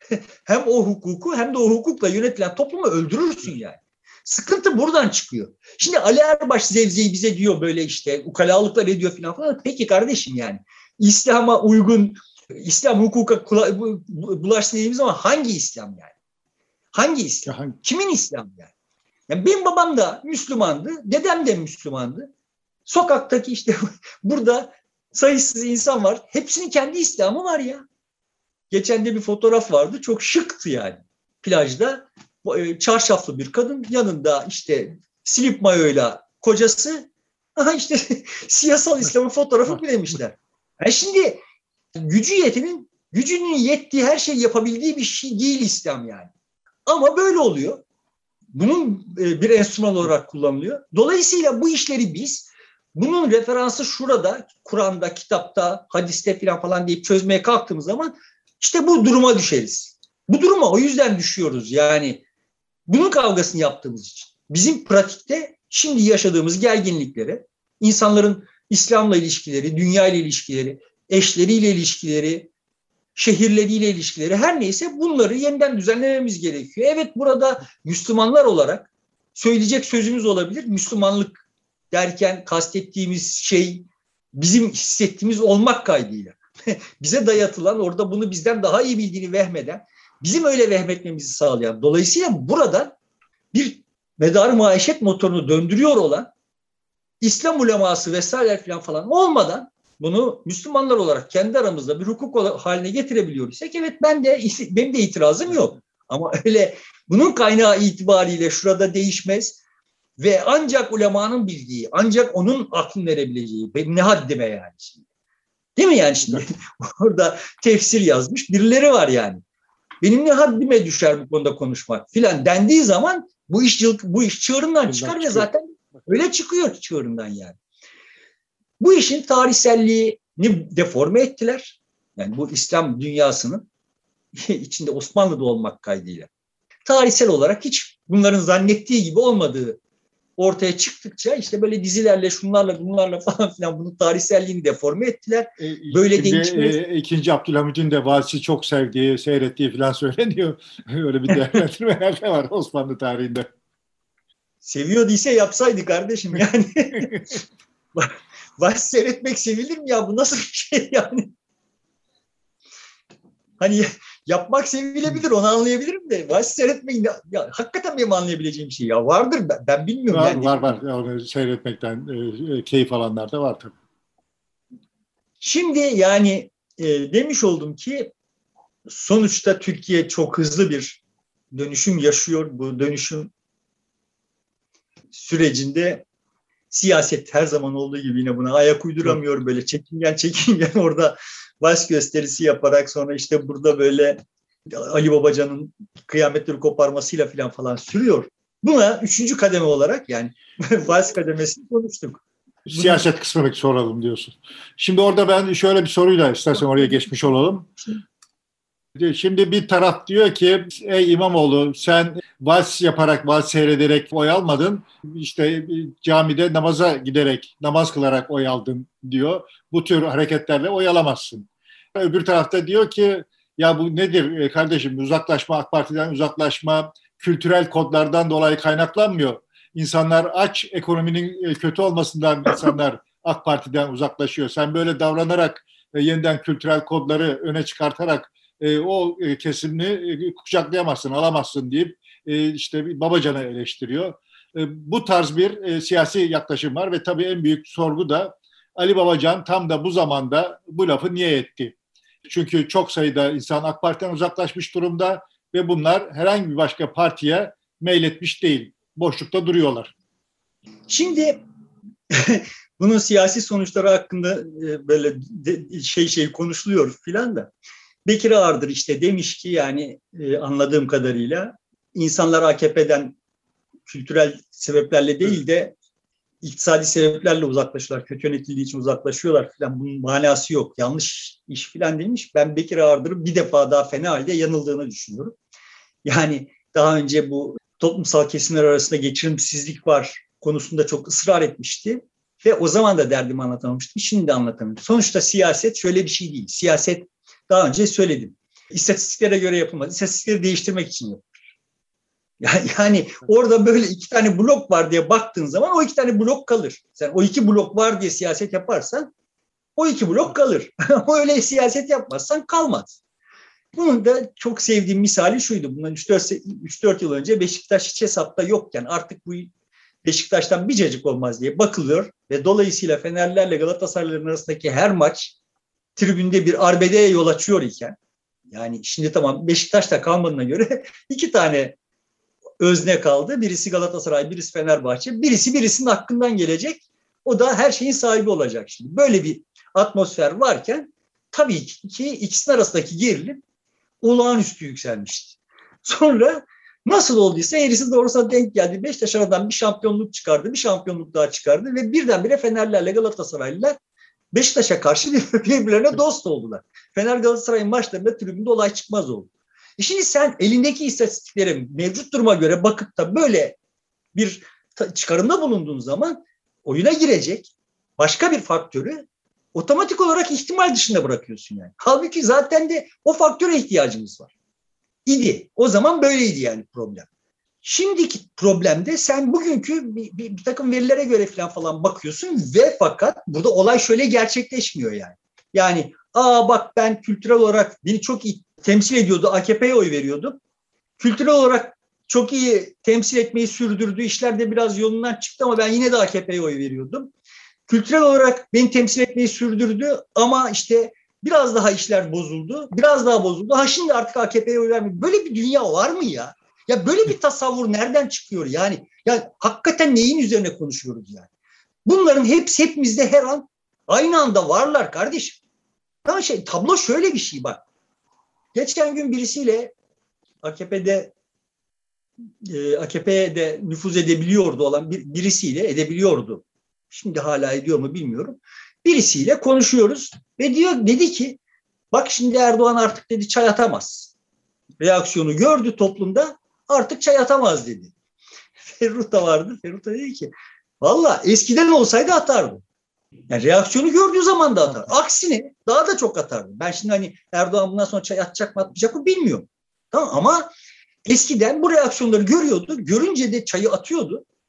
hem o hukuku hem de o hukukla yönetilen toplumu öldürürsün yani. Sıkıntı buradan çıkıyor. Şimdi Ali Erbaş Zevzi'yi bize diyor böyle işte ukalalıklar ediyor falan falan. Peki kardeşim yani İslam'a uygun, İslam hukuka bulaşsın dediğimiz zaman hangi İslam yani? Hangi İslam? Kimin İslam yani? Yani benim babam da Müslümandı, dedem de Müslümandı. Sokaktaki işte burada sayısız insan var. Hepsinin kendi İslam'ı var ya. Geçen de bir fotoğraf vardı. Çok şıktı yani. Plajda çarşaflı bir kadın. Yanında işte slip mayoyla kocası. Aha işte siyasal İslam'ın fotoğrafı bilemişler. Yani şimdi gücü yetinin, gücünün yettiği her şeyi yapabildiği bir şey değil İslam yani. Ama böyle oluyor. Bunun bir enstrüman olarak kullanılıyor. Dolayısıyla bu işleri biz bunun referansı şurada, Kur'an'da, kitapta, hadiste falan falan deyip çözmeye kalktığımız zaman işte bu duruma düşeriz. Bu duruma o yüzden düşüyoruz. Yani bunun kavgasını yaptığımız için. Bizim pratikte şimdi yaşadığımız gerginlikleri, insanların İslam'la ilişkileri, dünya ile ilişkileri, eşleriyle ilişkileri, şehirleriyle ilişkileri her neyse bunları yeniden düzenlememiz gerekiyor. Evet burada Müslümanlar olarak söyleyecek sözümüz olabilir. Müslümanlık derken kastettiğimiz şey bizim hissettiğimiz olmak kaydıyla. Bize dayatılan orada bunu bizden daha iyi bildiğini vehmeden, bizim öyle vehmetmemizi sağlayan. Dolayısıyla buradan bir medar-ı maişet motorunu döndürüyor olan İslam uleması vesaire falan falan olmadan bunu Müslümanlar olarak kendi aramızda bir hukuk haline getirebiliyorsak evet ben de benim de itirazım yok. Ama öyle bunun kaynağı itibariyle şurada değişmez ve ancak ulemanın bildiği, ancak onun aklını verebileceği ne haddime yani şimdi. Değil mi yani şimdi? Orada tefsir yazmış birileri var yani. Benim ne haddime düşer bu konuda konuşmak filan dendiği zaman bu iş bu iş çığırından çıkar ve zaten öyle çıkıyor çığırından yani. Bu işin tarihselliğini deforme ettiler. Yani bu İslam dünyasının içinde Osmanlı'da olmak kaydıyla. Tarihsel olarak hiç bunların zannettiği gibi olmadığı ortaya çıktıkça işte böyle dizilerle, şunlarla, bunlarla falan filan bunun tarihselliğini deforme ettiler. Böyle değişmez. E, İkinci Abdülhamid'in de Valisi çok sevdiği, seyrettiği falan söyleniyor. Öyle bir değerlendirmeler de var Osmanlı tarihinde. Seviyorduysa yapsaydı kardeşim yani. Vals seyretmek sevilir mi ya? Bu nasıl bir şey yani? Hani yapmak sevilebilir, onu anlayabilirim de vals seyretmeyin ya, ya hakikaten benim anlayabileceğim bir şey ya vardır, ben, ben bilmiyorum var, yani. Var var onu seyretmekten e, keyif alanlar da var tabii. Şimdi yani e, demiş oldum ki sonuçta Türkiye çok hızlı bir dönüşüm yaşıyor. Bu dönüşüm sürecinde siyaset her zaman olduğu gibi yine buna ayak uyduramıyor, böyle çekingen çekingen orada vals gösterisi yaparak sonra işte burada böyle Ali Babacan'ın kıyametleri koparmasıyla falan falan sürüyor. Buna üçüncü kademe olarak yani vals kademesini konuştuk. Siyaset kısmını soralım diyorsun. Şimdi orada ben şöyle bir soruyla istersen oraya geçmiş olalım. Şimdi bir taraf diyor ki ey İmamoğlu sen vals yaparak, vals seyrederek oy almadın. İşte camide namaza giderek, namaz kılarak oy aldın diyor. Bu tür hareketlerle oy alamazsın. Öbür tarafta diyor ki ya bu nedir kardeşim, uzaklaşma, AK Parti'den uzaklaşma kültürel kodlardan dolayı kaynaklanmıyor. İnsanlar aç, ekonominin kötü olmasından insanlar AK Parti'den uzaklaşıyor. Sen böyle davranarak yeniden kültürel kodları öne çıkartarak E, o e, kesimini e, kucaklayamazsın, alamazsın deyip e, işte Babacan'ı eleştiriyor. E, bu tarz bir e, siyasi yaklaşım var ve tabii en büyük sorgu da Ali Babacan tam da bu zamanda bu lafı niye etti? Çünkü çok sayıda insan AK Parti'den uzaklaşmış durumda ve bunlar herhangi bir başka partiye meyletmiş değil. Boşlukta duruyorlar. Şimdi bunun siyasi sonuçları hakkında e, böyle de, şey şey konuşuluyor filan da. Bekir Ağırdır işte demiş ki yani e, anladığım kadarıyla insanlar A K P'den kültürel sebeplerle değil de iktisadi sebeplerle uzaklaşıyorlar. Kötü yönetildiği için uzaklaşıyorlar falan. Bunun manası yok. Yanlış iş falan demiş. Ben Bekir Ağırdır'ın bir defa daha fena halde yanıldığını düşünüyorum. Yani daha önce bu toplumsal kesimler arasında geçirimsizlik var konusunda çok ısrar etmişti. Ve o zaman da derdimi anlatamamıştım. Şimdi de anlatamıyorum. Sonuçta siyaset şöyle bir şey değil. Siyaset daha önce söyledim. İstatistiklere göre yapılmaz. İstatistikleri değiştirmek için yapılır. Yani, yani orada böyle iki tane blok var diye baktığın zaman o iki tane blok kalır. Sen o iki blok var diye siyaset yaparsan o iki blok kalır. Ama öyle siyaset yapmazsan kalmaz. Bunun da çok sevdiğim misali şuydu. Bundan üç dört yıl önce Beşiktaş hiç hesapta yokken artık bu Beşiktaş'tan bir cacık olmaz diye bakılıyor ve dolayısıyla Fenerlerle Galatasaraylıların arasındaki her maç tribünde bir arbedeye yol açıyor iken, yani şimdi tamam Beşiktaş'ta kalmadığına göre iki tane özne kaldı. Birisi Galatasaray, birisi Fenerbahçe. Birisi birisinin hakkından gelecek. O da her şeyin sahibi olacak şimdi. Böyle bir atmosfer varken tabii ki ikisinin arasındaki gerilim olağanüstü yükselmişti. Sonra nasıl olduysa eğrisi doğrusuna denk geldi. Beşiktaş aradan bir şampiyonluk çıkardı, bir şampiyonluk daha çıkardı ve birdenbire Fenerlerle Galatasaraylılar Beşiktaş'a karşı birbirlerine dost oldular. Fener Galatasaray'ın maçlarında tribünde olay çıkmaz oldu. E şimdi sen elindeki istatistiklere mevcut duruma göre bakıp da böyle bir çıkarımda bulunduğun zaman oyuna girecek başka bir faktörü otomatik olarak ihtimal dışında bırakıyorsun yani. Halbuki zaten de o faktöre ihtiyacımız var. İdi. O zaman böyleydi yani problem. Şimdiki problemde sen bugünkü bir, bir, bir takım verilere göre falan falan bakıyorsun ve fakat burada olay şöyle gerçekleşmiyor yani. Yani aa bak ben kültürel olarak beni çok iyi temsil ediyordu, A K P'ye oy veriyordum. Kültürel olarak çok iyi temsil etmeyi sürdürdü, işler de biraz yolundan çıktı ama ben yine de A K P'ye oy veriyordum. Kültürel olarak beni temsil etmeyi sürdürdü ama işte biraz daha işler bozuldu, biraz daha bozuldu. Ha şimdi artık A K P'ye oy vermiyor. Böyle bir dünya var mı ya? Ya böyle bir tasavvur nereden çıkıyor yani? Ya hakikaten neyin üzerine konuşuyoruz yani? Bunların hepsi hepimizde her an aynı anda varlar kardeşim. Ya şey, tablo şöyle bir şey bak. Geçen gün birisiyle A K P'de e, A K P'de nüfuz edebiliyordu olan bir, birisiyle edebiliyordu. Şimdi hala ediyor mu bilmiyorum. Birisiyle konuşuyoruz ve diyor dedi ki bak şimdi Erdoğan artık dedi çay atamaz. Reaksiyonu gördü toplumda. Artık çay atamaz dedi. Ferruh da vardı. Ferruh da dedi ki valla eskiden olsaydı atardı. Yani reaksiyonu gördüğü zaman da atar. Aksine daha da çok atardı. Ben şimdi hani Erdoğan bundan sonra çay atacak mı atmayacak mı bilmiyorum. Tamam ama eskiden bu reaksiyonları görüyordu. Görünce de çayı atıyordu.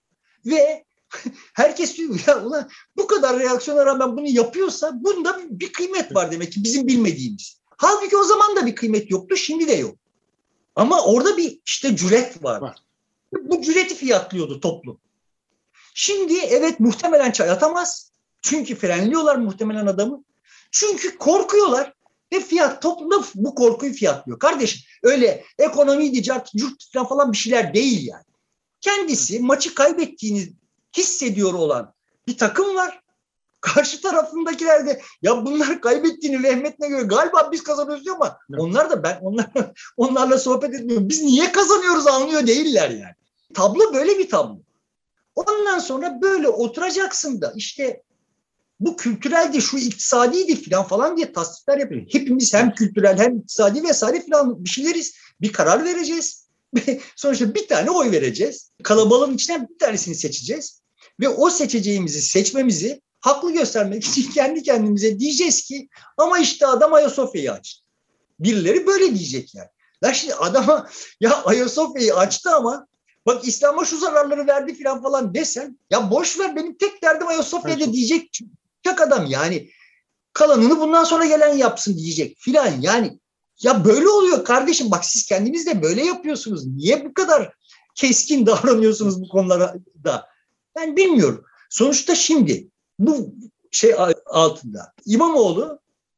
Ve herkes diyor ya ulan bu kadar reaksiyona rağmen bunu yapıyorsa bunda bir kıymet var demek ki bizim bilmediğimiz. Halbuki o zaman da bir kıymet yoktu, şimdi de yok. Ama orada bir işte cüret vardı. Var. Bu cüreti fiyatlıyordu toplum. Şimdi evet muhtemelen çay atamaz. Çünkü frenliyorlar muhtemelen adamı. Çünkü korkuyorlar ve fiyat toplumda bu korkuyu fiyatlıyor. Kardeşim öyle ekonomiydi, cart, cürt falan bir şeyler değil yani. Kendisi maçı kaybettiğini hissediyor olan bir takım var. Karşı tarafındakiler de ya bunlar kaybettiğini vehmetine göre galiba biz kazanıyoruz diyor ama evet. Onlar da ben onlar, onlarla sohbet etmiyorum. Biz niye kazanıyoruz anlıyor değiller yani. Tablo böyle bir tablo. Ondan sonra böyle oturacaksın da işte bu kültüreldi, şu iktisadiydi falan falan diye tasdikler yapıyor. Hepimiz hem kültürel hem iktisadi vesaire falan bir şeyleriz. Bir karar vereceğiz. Sonuçta bir tane oy vereceğiz. Kalabalığın içinden bir tanesini seçeceğiz. Ve o seçeceğimizi, seçmemizi haklı göstermek için kendi kendimize diyeceğiz ki ama işte adam Ayasofya'yı açtı. Birileri böyle diyecek yani. Lan şimdi adama ya Ayasofya'yı açtı ama bak İslam'a şu zararları verdi falan falan desen ya boş ver benim tek derdim Ayasofya'da diyecek çok adam yani. Kalanını bundan sonra gelen yapsın diyecek filan yani. Ya böyle oluyor kardeşim bak siz kendiniz de böyle yapıyorsunuz. Niye bu kadar keskin davranıyorsunuz bu konularda? Ben bilmiyorum. Sonuçta şimdi bu şey altında İmamoğlu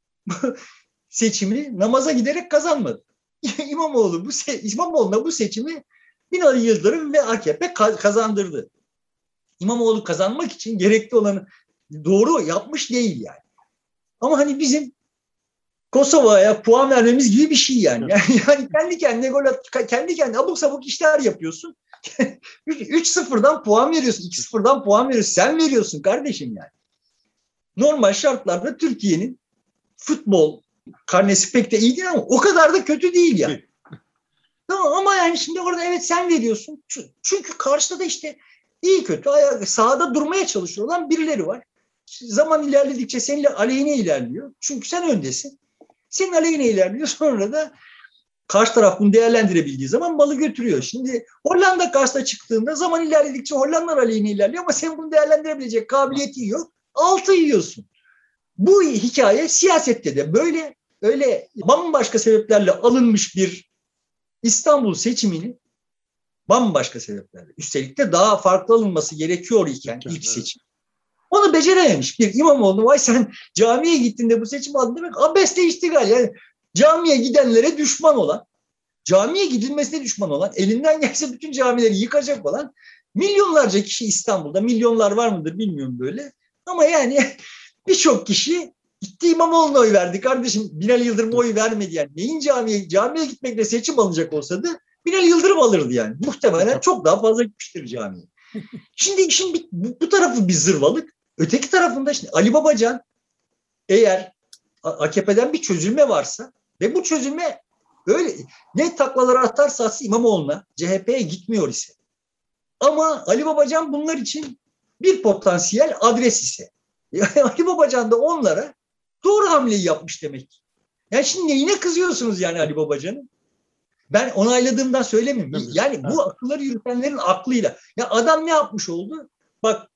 seçimi namaza giderek kazanmadı. İmamoğlu bu se- İmamoğlu'na bu seçimi Binali Yıldırım ve A K P kazandırdı. İmamoğlu kazanmak için gerekli olanı doğru yapmış değil yani. Ama hani bizim Kosova'ya puan vermemiz gibi bir şey yani. Yani, yani kendi kendine gol at, kendi kendine abuk sabuk işler yapıyorsun. üç sıfırdan puan veriyorsun, iki sıfırdan puan veriyorsun. Sen veriyorsun kardeşim yani. Normal şartlarda Türkiye'nin futbol karnesi pek de iyi değil ama o kadar da kötü değil yani. Tamam ama yani şimdi orada evet sen veriyorsun. Çünkü karşıda da işte iyi kötü sahada durmaya çalışıyor olan birileri var. Zaman ilerledikçe seninle aleyhine ilerliyor. Çünkü sen öndesin. Senin aleyhine ilerliyor. Sonra da karşı taraf bunu değerlendirebildiği zaman malı götürüyor. Şimdi Hollanda karşısına çıktığında zaman ilerledikçe Hollandalar aleyhine ilerliyor ama sen bunu değerlendirebilecek kabiliyeti yok. Altı yiyorsun. Bu hikaye siyasette de böyle öyle bambaşka sebeplerle alınmış bir İstanbul seçimini bambaşka sebeplerle üstelik de daha farklı alınması gerekiyor iken ilk evet. seçim. Onu becerememiş bir İmamoğlu vay sen camiye gittiğinde bu seçim aldın demek abesle iştigal yani camiye gidenlere düşman olan camiye gidilmesine düşman olan elinden gelse bütün camileri yıkacak olan milyonlarca kişi İstanbul'da milyonlar var mıdır bilmiyorum böyle ama yani birçok kişi gitti İmamoğlu'na oy verdi kardeşim Binali Yıldırım'a oy vermedi yani neyin camiye camiye gitmekle seçim alınacak olsaydı Binali Yıldırım alırdı yani muhtemelen çok daha fazla gitmiştir camiye. Şimdi işin bir, bu, bu tarafı bir zırvalık. Öteki tarafında şimdi Ali Babacan eğer A K P'den bir çözülme varsa ve bu çözülme öyle ne taklalar atarsa atsın İmamoğlu'na C H P'ye gitmiyor ise ama Ali Babacan bunlar için bir potansiyel adres ise yani Ali Babacan da onlara doğru hamleyi yapmış demek. Yani şimdi neyine kızıyorsunuz yani Ali Babacan'ın? Ben onayladığımdan söylemiyorum. Yani bu akılları yürütenlerin aklıyla. Ya adam ne yapmış oldu? Bak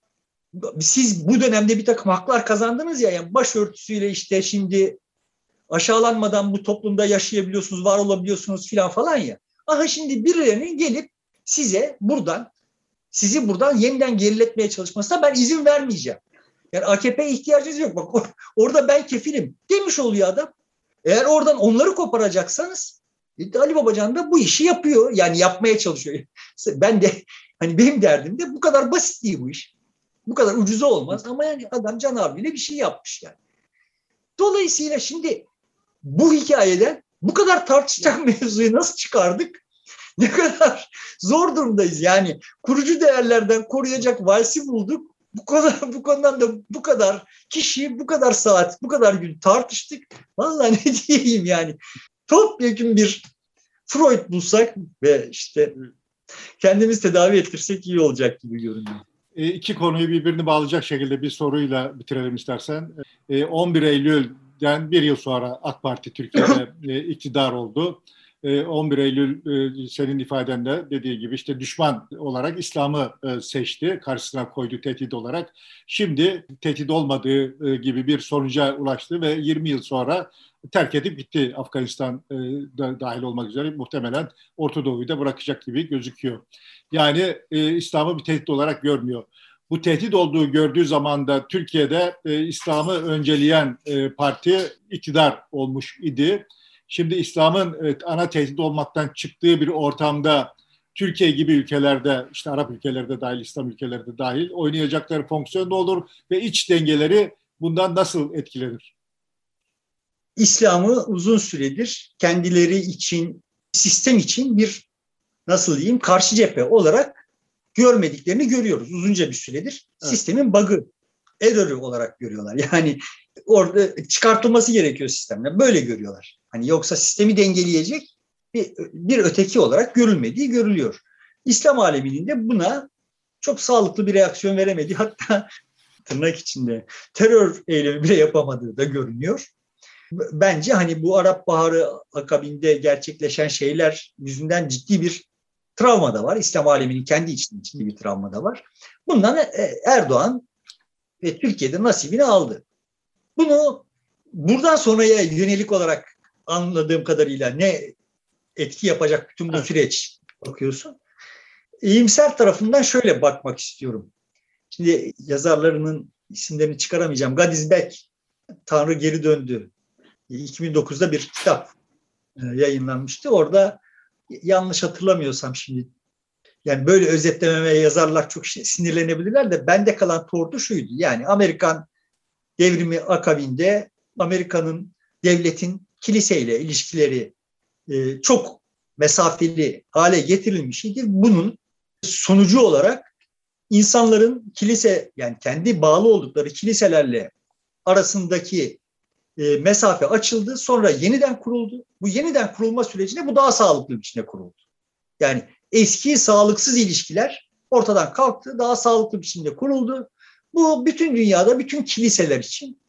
siz bu dönemde bir takım haklar kazandınız ya. Yani başörtüsüyle işte şimdi aşağılanmadan bu toplumda yaşayabiliyorsunuz, var olabiliyorsunuz filan falan ya. Aha şimdi birilerinin gelip size buradan, sizi buradan yeniden geriletmeye çalışmasına ben izin vermeyeceğim. Yani A K P'ye ihtiyacınız yok. Bak orada ben kefilim demiş oluyor adam. Eğer oradan onları koparacaksanız Ali Babacan da bu işi yapıyor. Yani yapmaya çalışıyor. Ben de hani benim derdim de bu kadar basit değil bu iş. Bu kadar ucuza olmaz ama yani adam Can abiyle bir şey yapmış yani. Dolayısıyla şimdi bu hikayeden bu kadar tartışacak mevzuyu nasıl çıkardık? Ne kadar zor durumdayız. Yani kurucu değerlerden koruyacak valsi bulduk. Bu kadar bu konudan da bu kadar kişi, bu kadar saat, bu kadar gün tartıştık. Vallahi ne diyeyim yani. Topyekun bir Freud bulsak ve işte kendimiz tedavi ettirsek iyi olacak gibi görünüyor. E, iki konuyu birbirini bağlayacak şekilde bir soruyla bitirelim istersen. E, on bir Eylül'den bir yıl sonra AK Parti Türkiye'de e, iktidar oldu. on bir Eylül senin ifadenle dediği gibi işte düşman olarak İslam'ı seçti, karşısına koydu tehdit olarak. Şimdi tehdit olmadığı gibi bir sonuca ulaştı ve yirmi yıl sonra terk edip gitti. Afganistan da dahil olmak üzere muhtemelen Orta Doğu'yu da bırakacak gibi gözüküyor. Yani İslam'ı bir tehdit olarak görmüyor. Bu tehdit olduğu gördüğü zaman da Türkiye'de İslam'ı önceleyen parti iktidar olmuş idi. Şimdi İslam'ın evet, ana tehdit olmaktan çıktığı bir ortamda Türkiye gibi ülkelerde, işte Arap ülkelerde dahil, İslam ülkelerde dahil oynayacakları fonksiyon ne olur ve iç dengeleri bundan nasıl etkilenir? İslam'ı uzun süredir kendileri için, sistem için bir nasıl diyeyim karşı cephe olarak görmediklerini görüyoruz uzunca bir süredir. Evet. Sistemin bug'ı, error'ı olarak görüyorlar. Yani orada çıkartılması gerekiyor sistemden. Böyle görüyorlar. Hani yoksa sistemi dengeleyecek bir, bir öteki olarak görülmediği görülüyor. İslam aleminin de buna çok sağlıklı bir reaksiyon veremediği, hatta tırnak içinde terör eylemi bile yapamadığı da görünüyor. Bence hani bu Arap Baharı akabinde gerçekleşen şeyler yüzünden ciddi bir travma da var. İslam aleminin kendi içinde ciddi bir travma da var. Bundan Erdoğan ve Türkiye'de nasibini aldı. Bunu buradan sonraya yönelik olarak anladığım kadarıyla ne etki yapacak bütün bu süreç bakıyorsun. İyimser tarafından şöyle bakmak istiyorum. Şimdi yazarlarının isimlerini çıkaramayacağım. Gadizbek, Tanrı Geri Döndü. iki bin dokuzda bir kitap yayınlanmıştı. Orada yanlış hatırlamıyorsam şimdi, yani böyle özetlememe yazarlar çok sinirlenebilirler de bende kalan tortu şuydu. Yani Amerikan devrimi akabinde Amerika'nın, devletin kiliseyle ilişkileri e, çok mesafeli hale getirilmiş idi. Bunun sonucu olarak insanların kilise, yani kendi bağlı oldukları kiliselerle arasındaki e, mesafe açıldı. Sonra yeniden kuruldu. Bu yeniden kurulma sürecinde bu daha sağlıklı bir biçimde kuruldu. Yani eski sağlıksız ilişkiler ortadan kalktı. Daha sağlıklı bir biçimde kuruldu. Bu bütün dünyada, bütün kiliseler için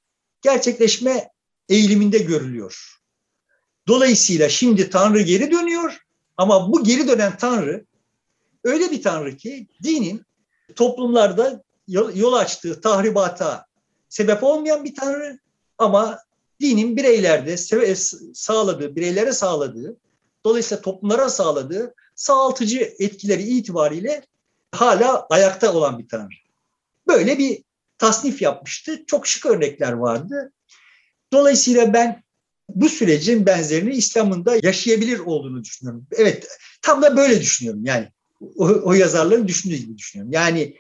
gerçekleşme eğiliminde görülüyor. Dolayısıyla şimdi Tanrı geri dönüyor ama bu geri dönen Tanrı öyle bir Tanrı ki dinin toplumlarda yol açtığı tahribata sebep olmayan bir Tanrı ama dinin bireylerde sağladığı, bireylere sağladığı, dolayısıyla toplumlara sağladığı sağaltıcı etkileri itibariyle hala ayakta olan bir Tanrı. Böyle bir tasnif yapmıştı. Çok şık örnekler vardı. Dolayısıyla ben bu sürecin benzerini İslam'ın da yaşayabilir olduğunu düşünüyorum. Evet, tam da böyle düşünüyorum. Yani o, o yazarların düşündüğü gibi düşünüyorum. Yani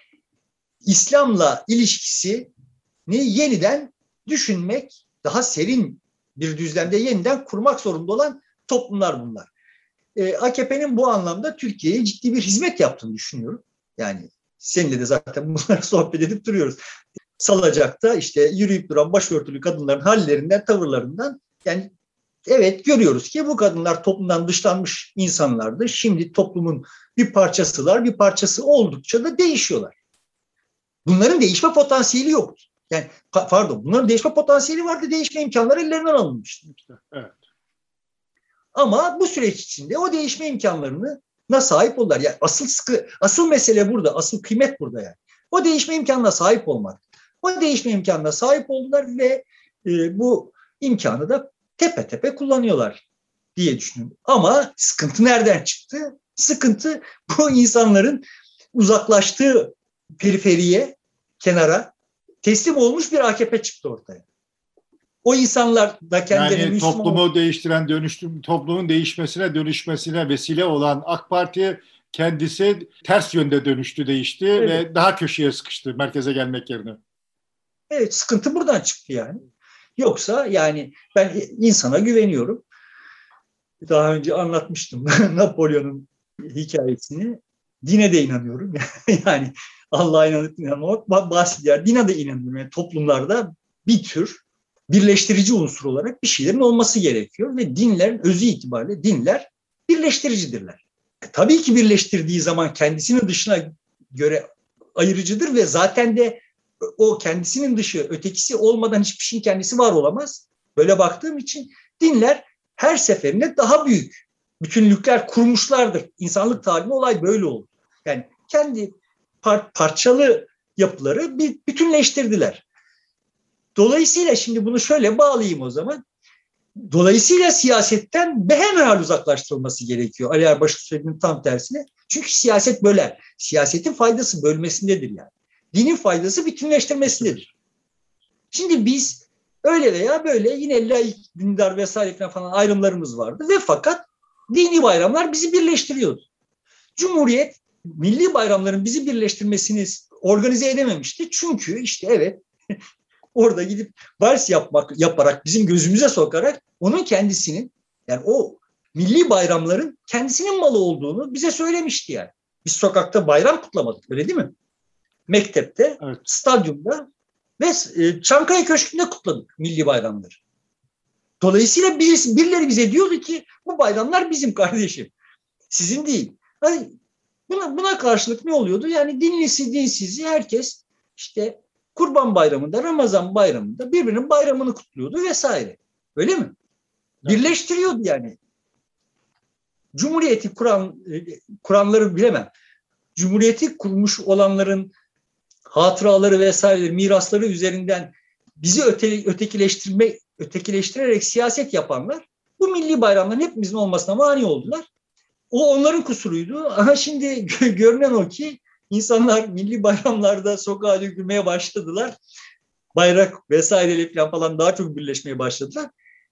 İslam'la ilişkisini yeniden düşünmek, daha serin bir düzlemde yeniden kurmak zorunda olan toplumlar bunlar. E, A K P'nin bu anlamda Türkiye'ye ciddi bir hizmet yaptığını düşünüyorum. Yani seninle de zaten bunları sohbet edip duruyoruz. Salacak'ta işte yürüyüp duran başörtülü kadınların hallerinden, tavırlarından, yani evet görüyoruz ki bu kadınlar toplumdan dışlanmış insanlardı. Şimdi toplumun bir parçasılar, bir parçası oldukça da değişiyorlar. Bunların değişme potansiyeli yoktu. Yani pardon, bunların değişme potansiyeli vardı, değişme imkanları ellerinden alınmıştı. Evet. Ama bu süreç içinde o değişme imkanlarına sahip oldular. Yani asıl sıkı, asıl mesele burada, asıl kıymet burada yani. O değişme imkanına sahip olmak. O değişme imkanına sahip oldular ve e, bu imkanı da tepe tepe kullanıyorlar diye düşünüyorum. Ama sıkıntı nereden çıktı? Sıkıntı bu insanların uzaklaştığı periferiye, kenara teslim olmuş bir A K P çıktı ortaya. O insanlar da kendilerini yani Müslüman... toplumu değiştiren, dönüştüm, toplumun değişmesine, dönüşmesine vesile olan AK Parti kendisi ters yönde dönüştü, değişti, evet, ve daha köşeye sıkıştı merkeze gelmek yerine. Evet, sıkıntı buradan çıktı yani. Yoksa yani ben insana güveniyorum. Daha önce anlatmıştım Napolyon'un hikayesini. Dine de inanıyorum. Yani Allah'a inanıp inanmamak basit. Yani dine de inanıyorum. Yani toplumlarda bir tür birleştirici unsur olarak bir şeylerin olması gerekiyor ve dinlerin özü itibariyle dinler birleştiricidirler. E, tabii ki birleştirdiği zaman kendisinin dışına göre ayırıcıdır ve zaten de o kendisinin dışı, ötekisi olmadan hiçbir şeyin kendisi var olamaz. Böyle baktığım için dinler her seferinde daha büyük bütünlükler kurmuşlardır. İnsanlık tarihinde olay böyle oldu. Yani kendi par- parçalı yapıları bir bütünleştirdiler. Dolayısıyla şimdi bunu şöyle bağlayayım o zaman. Dolayısıyla siyasetten behemhal uzaklaştırılması gerekiyor. Ali Erbaş'ın söylediğinin tam tersine. Çünkü siyaset böler. Siyasetin faydası bölmesindedir yani. Dinin faydası bütünleştirmesindedir. Şimdi biz öyle veya böyle yine laik, dindar vesaire falan ayrımlarımız vardı ve fakat dini bayramlar bizi birleştiriyordu. Cumhuriyet milli bayramların bizi birleştirmesini organize edememişti. Çünkü işte evet orada gidip vals yapmak yaparak bizim gözümüze sokarak onun kendisinin yani o milli bayramların kendisinin malı olduğunu bize söylemişti yani. Biz sokakta bayram kutlamadık öyle değil mi? Mektepte, evet, stadyumda ve Çankaya Köşkü'nde kutladık milli bayramları. Dolayısıyla birisi, birileri bize diyordu ki bu bayramlar bizim kardeşim. Sizin değil. Hani buna, buna karşılık ne oluyordu? Yani dinlisi dinsizi herkes işte Kurban Bayramı'nda, Ramazan Bayramı'nda birbirinin bayramını kutluyordu vesaire. Öyle mi? Birleştiriyordu yani. Cumhuriyeti kuran, kuranları bilemem. Cumhuriyeti kurmuş olanların hatıraları vesaire, mirasları üzerinden bizi öte, ötekileştirme, ötekileştirerek siyaset yapanlar bu milli bayramların hepimizin olmasına mani oldular. O onların kusuruydu. Ama şimdi görünen o ki insanlar milli bayramlarda sokağa dökülmeye başladılar. Bayrak vesaireyle falan, falan daha çok birleşmeye başladılar.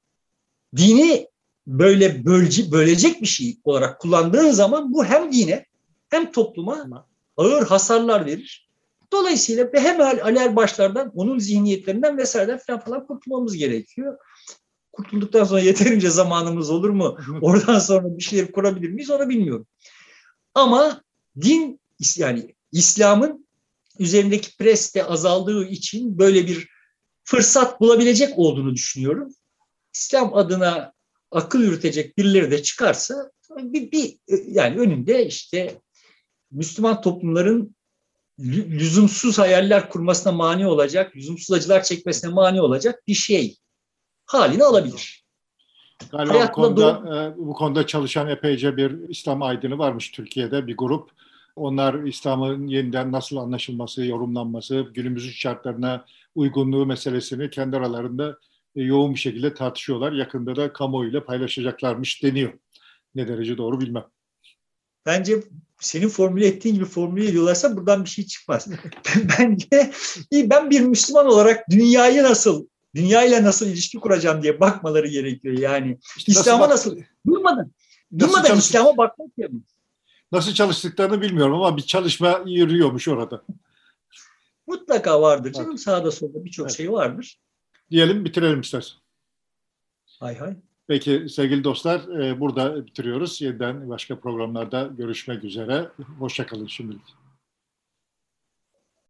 Dini böyle bölce, bölecek bir şey olarak kullandığın zaman bu hem dine hem topluma ağır hasarlar verir. Dolayısıyla hem Ali Erbaşlardan, onun zihniyetlerinden vesaireden falan falan kurtulmamız gerekiyor. Kurtulduktan sonra yeterince zamanımız olur mu? Oradan sonra bir şeyler kurabilir miyiz? Onu bilmiyorum. Ama din, yani İslam'ın üzerindeki pres de azaldığı için böyle bir fırsat bulabilecek olduğunu düşünüyorum. İslam adına akıl yürütecek birileri de çıkarsa bir, bir yani önünde işte Müslüman toplumların lüzumsuz hayaller kurmasına mani olacak, lüzumsuz acılar çekmesine mani olacak bir şey halini alabilir. Galiba bu konuda, e, bu konuda çalışan epeyce bir İslam aydını varmış Türkiye'de, bir grup. Onlar İslam'ın yeniden nasıl anlaşılması, yorumlanması, günümüzün şartlarına uygunluğu meselesini kendi aralarında e, yoğun bir şekilde tartışıyorlar. Yakında da kamuoyuyla paylaşacaklarmış deniyor. Ne derece doğru bilmem. Bence senin formüle ettiğin gibi formüle ediyorlarsa buradan bir şey çıkmaz. Bence ben bir Müslüman olarak dünyayı nasıl, dünyayla nasıl ilişki kuracağım diye bakmaları gerekiyor. Yani işte İslam'a nasıl, nasıl durmadan, durmadan çalıştık, İslam'a bakmak yani. Nasıl çalıştıklarını bilmiyorum ama bir çalışma yürüyormuş orada. Mutlaka vardır canım. Evet. Sağda solda birçok evet. şey vardır. Diyelim, bitirelim istersen. Hay hay. Peki sevgili dostlar, burada bitiriyoruz. Yeniden başka programlarda görüşmek üzere. Hoşça kalın şimdilik.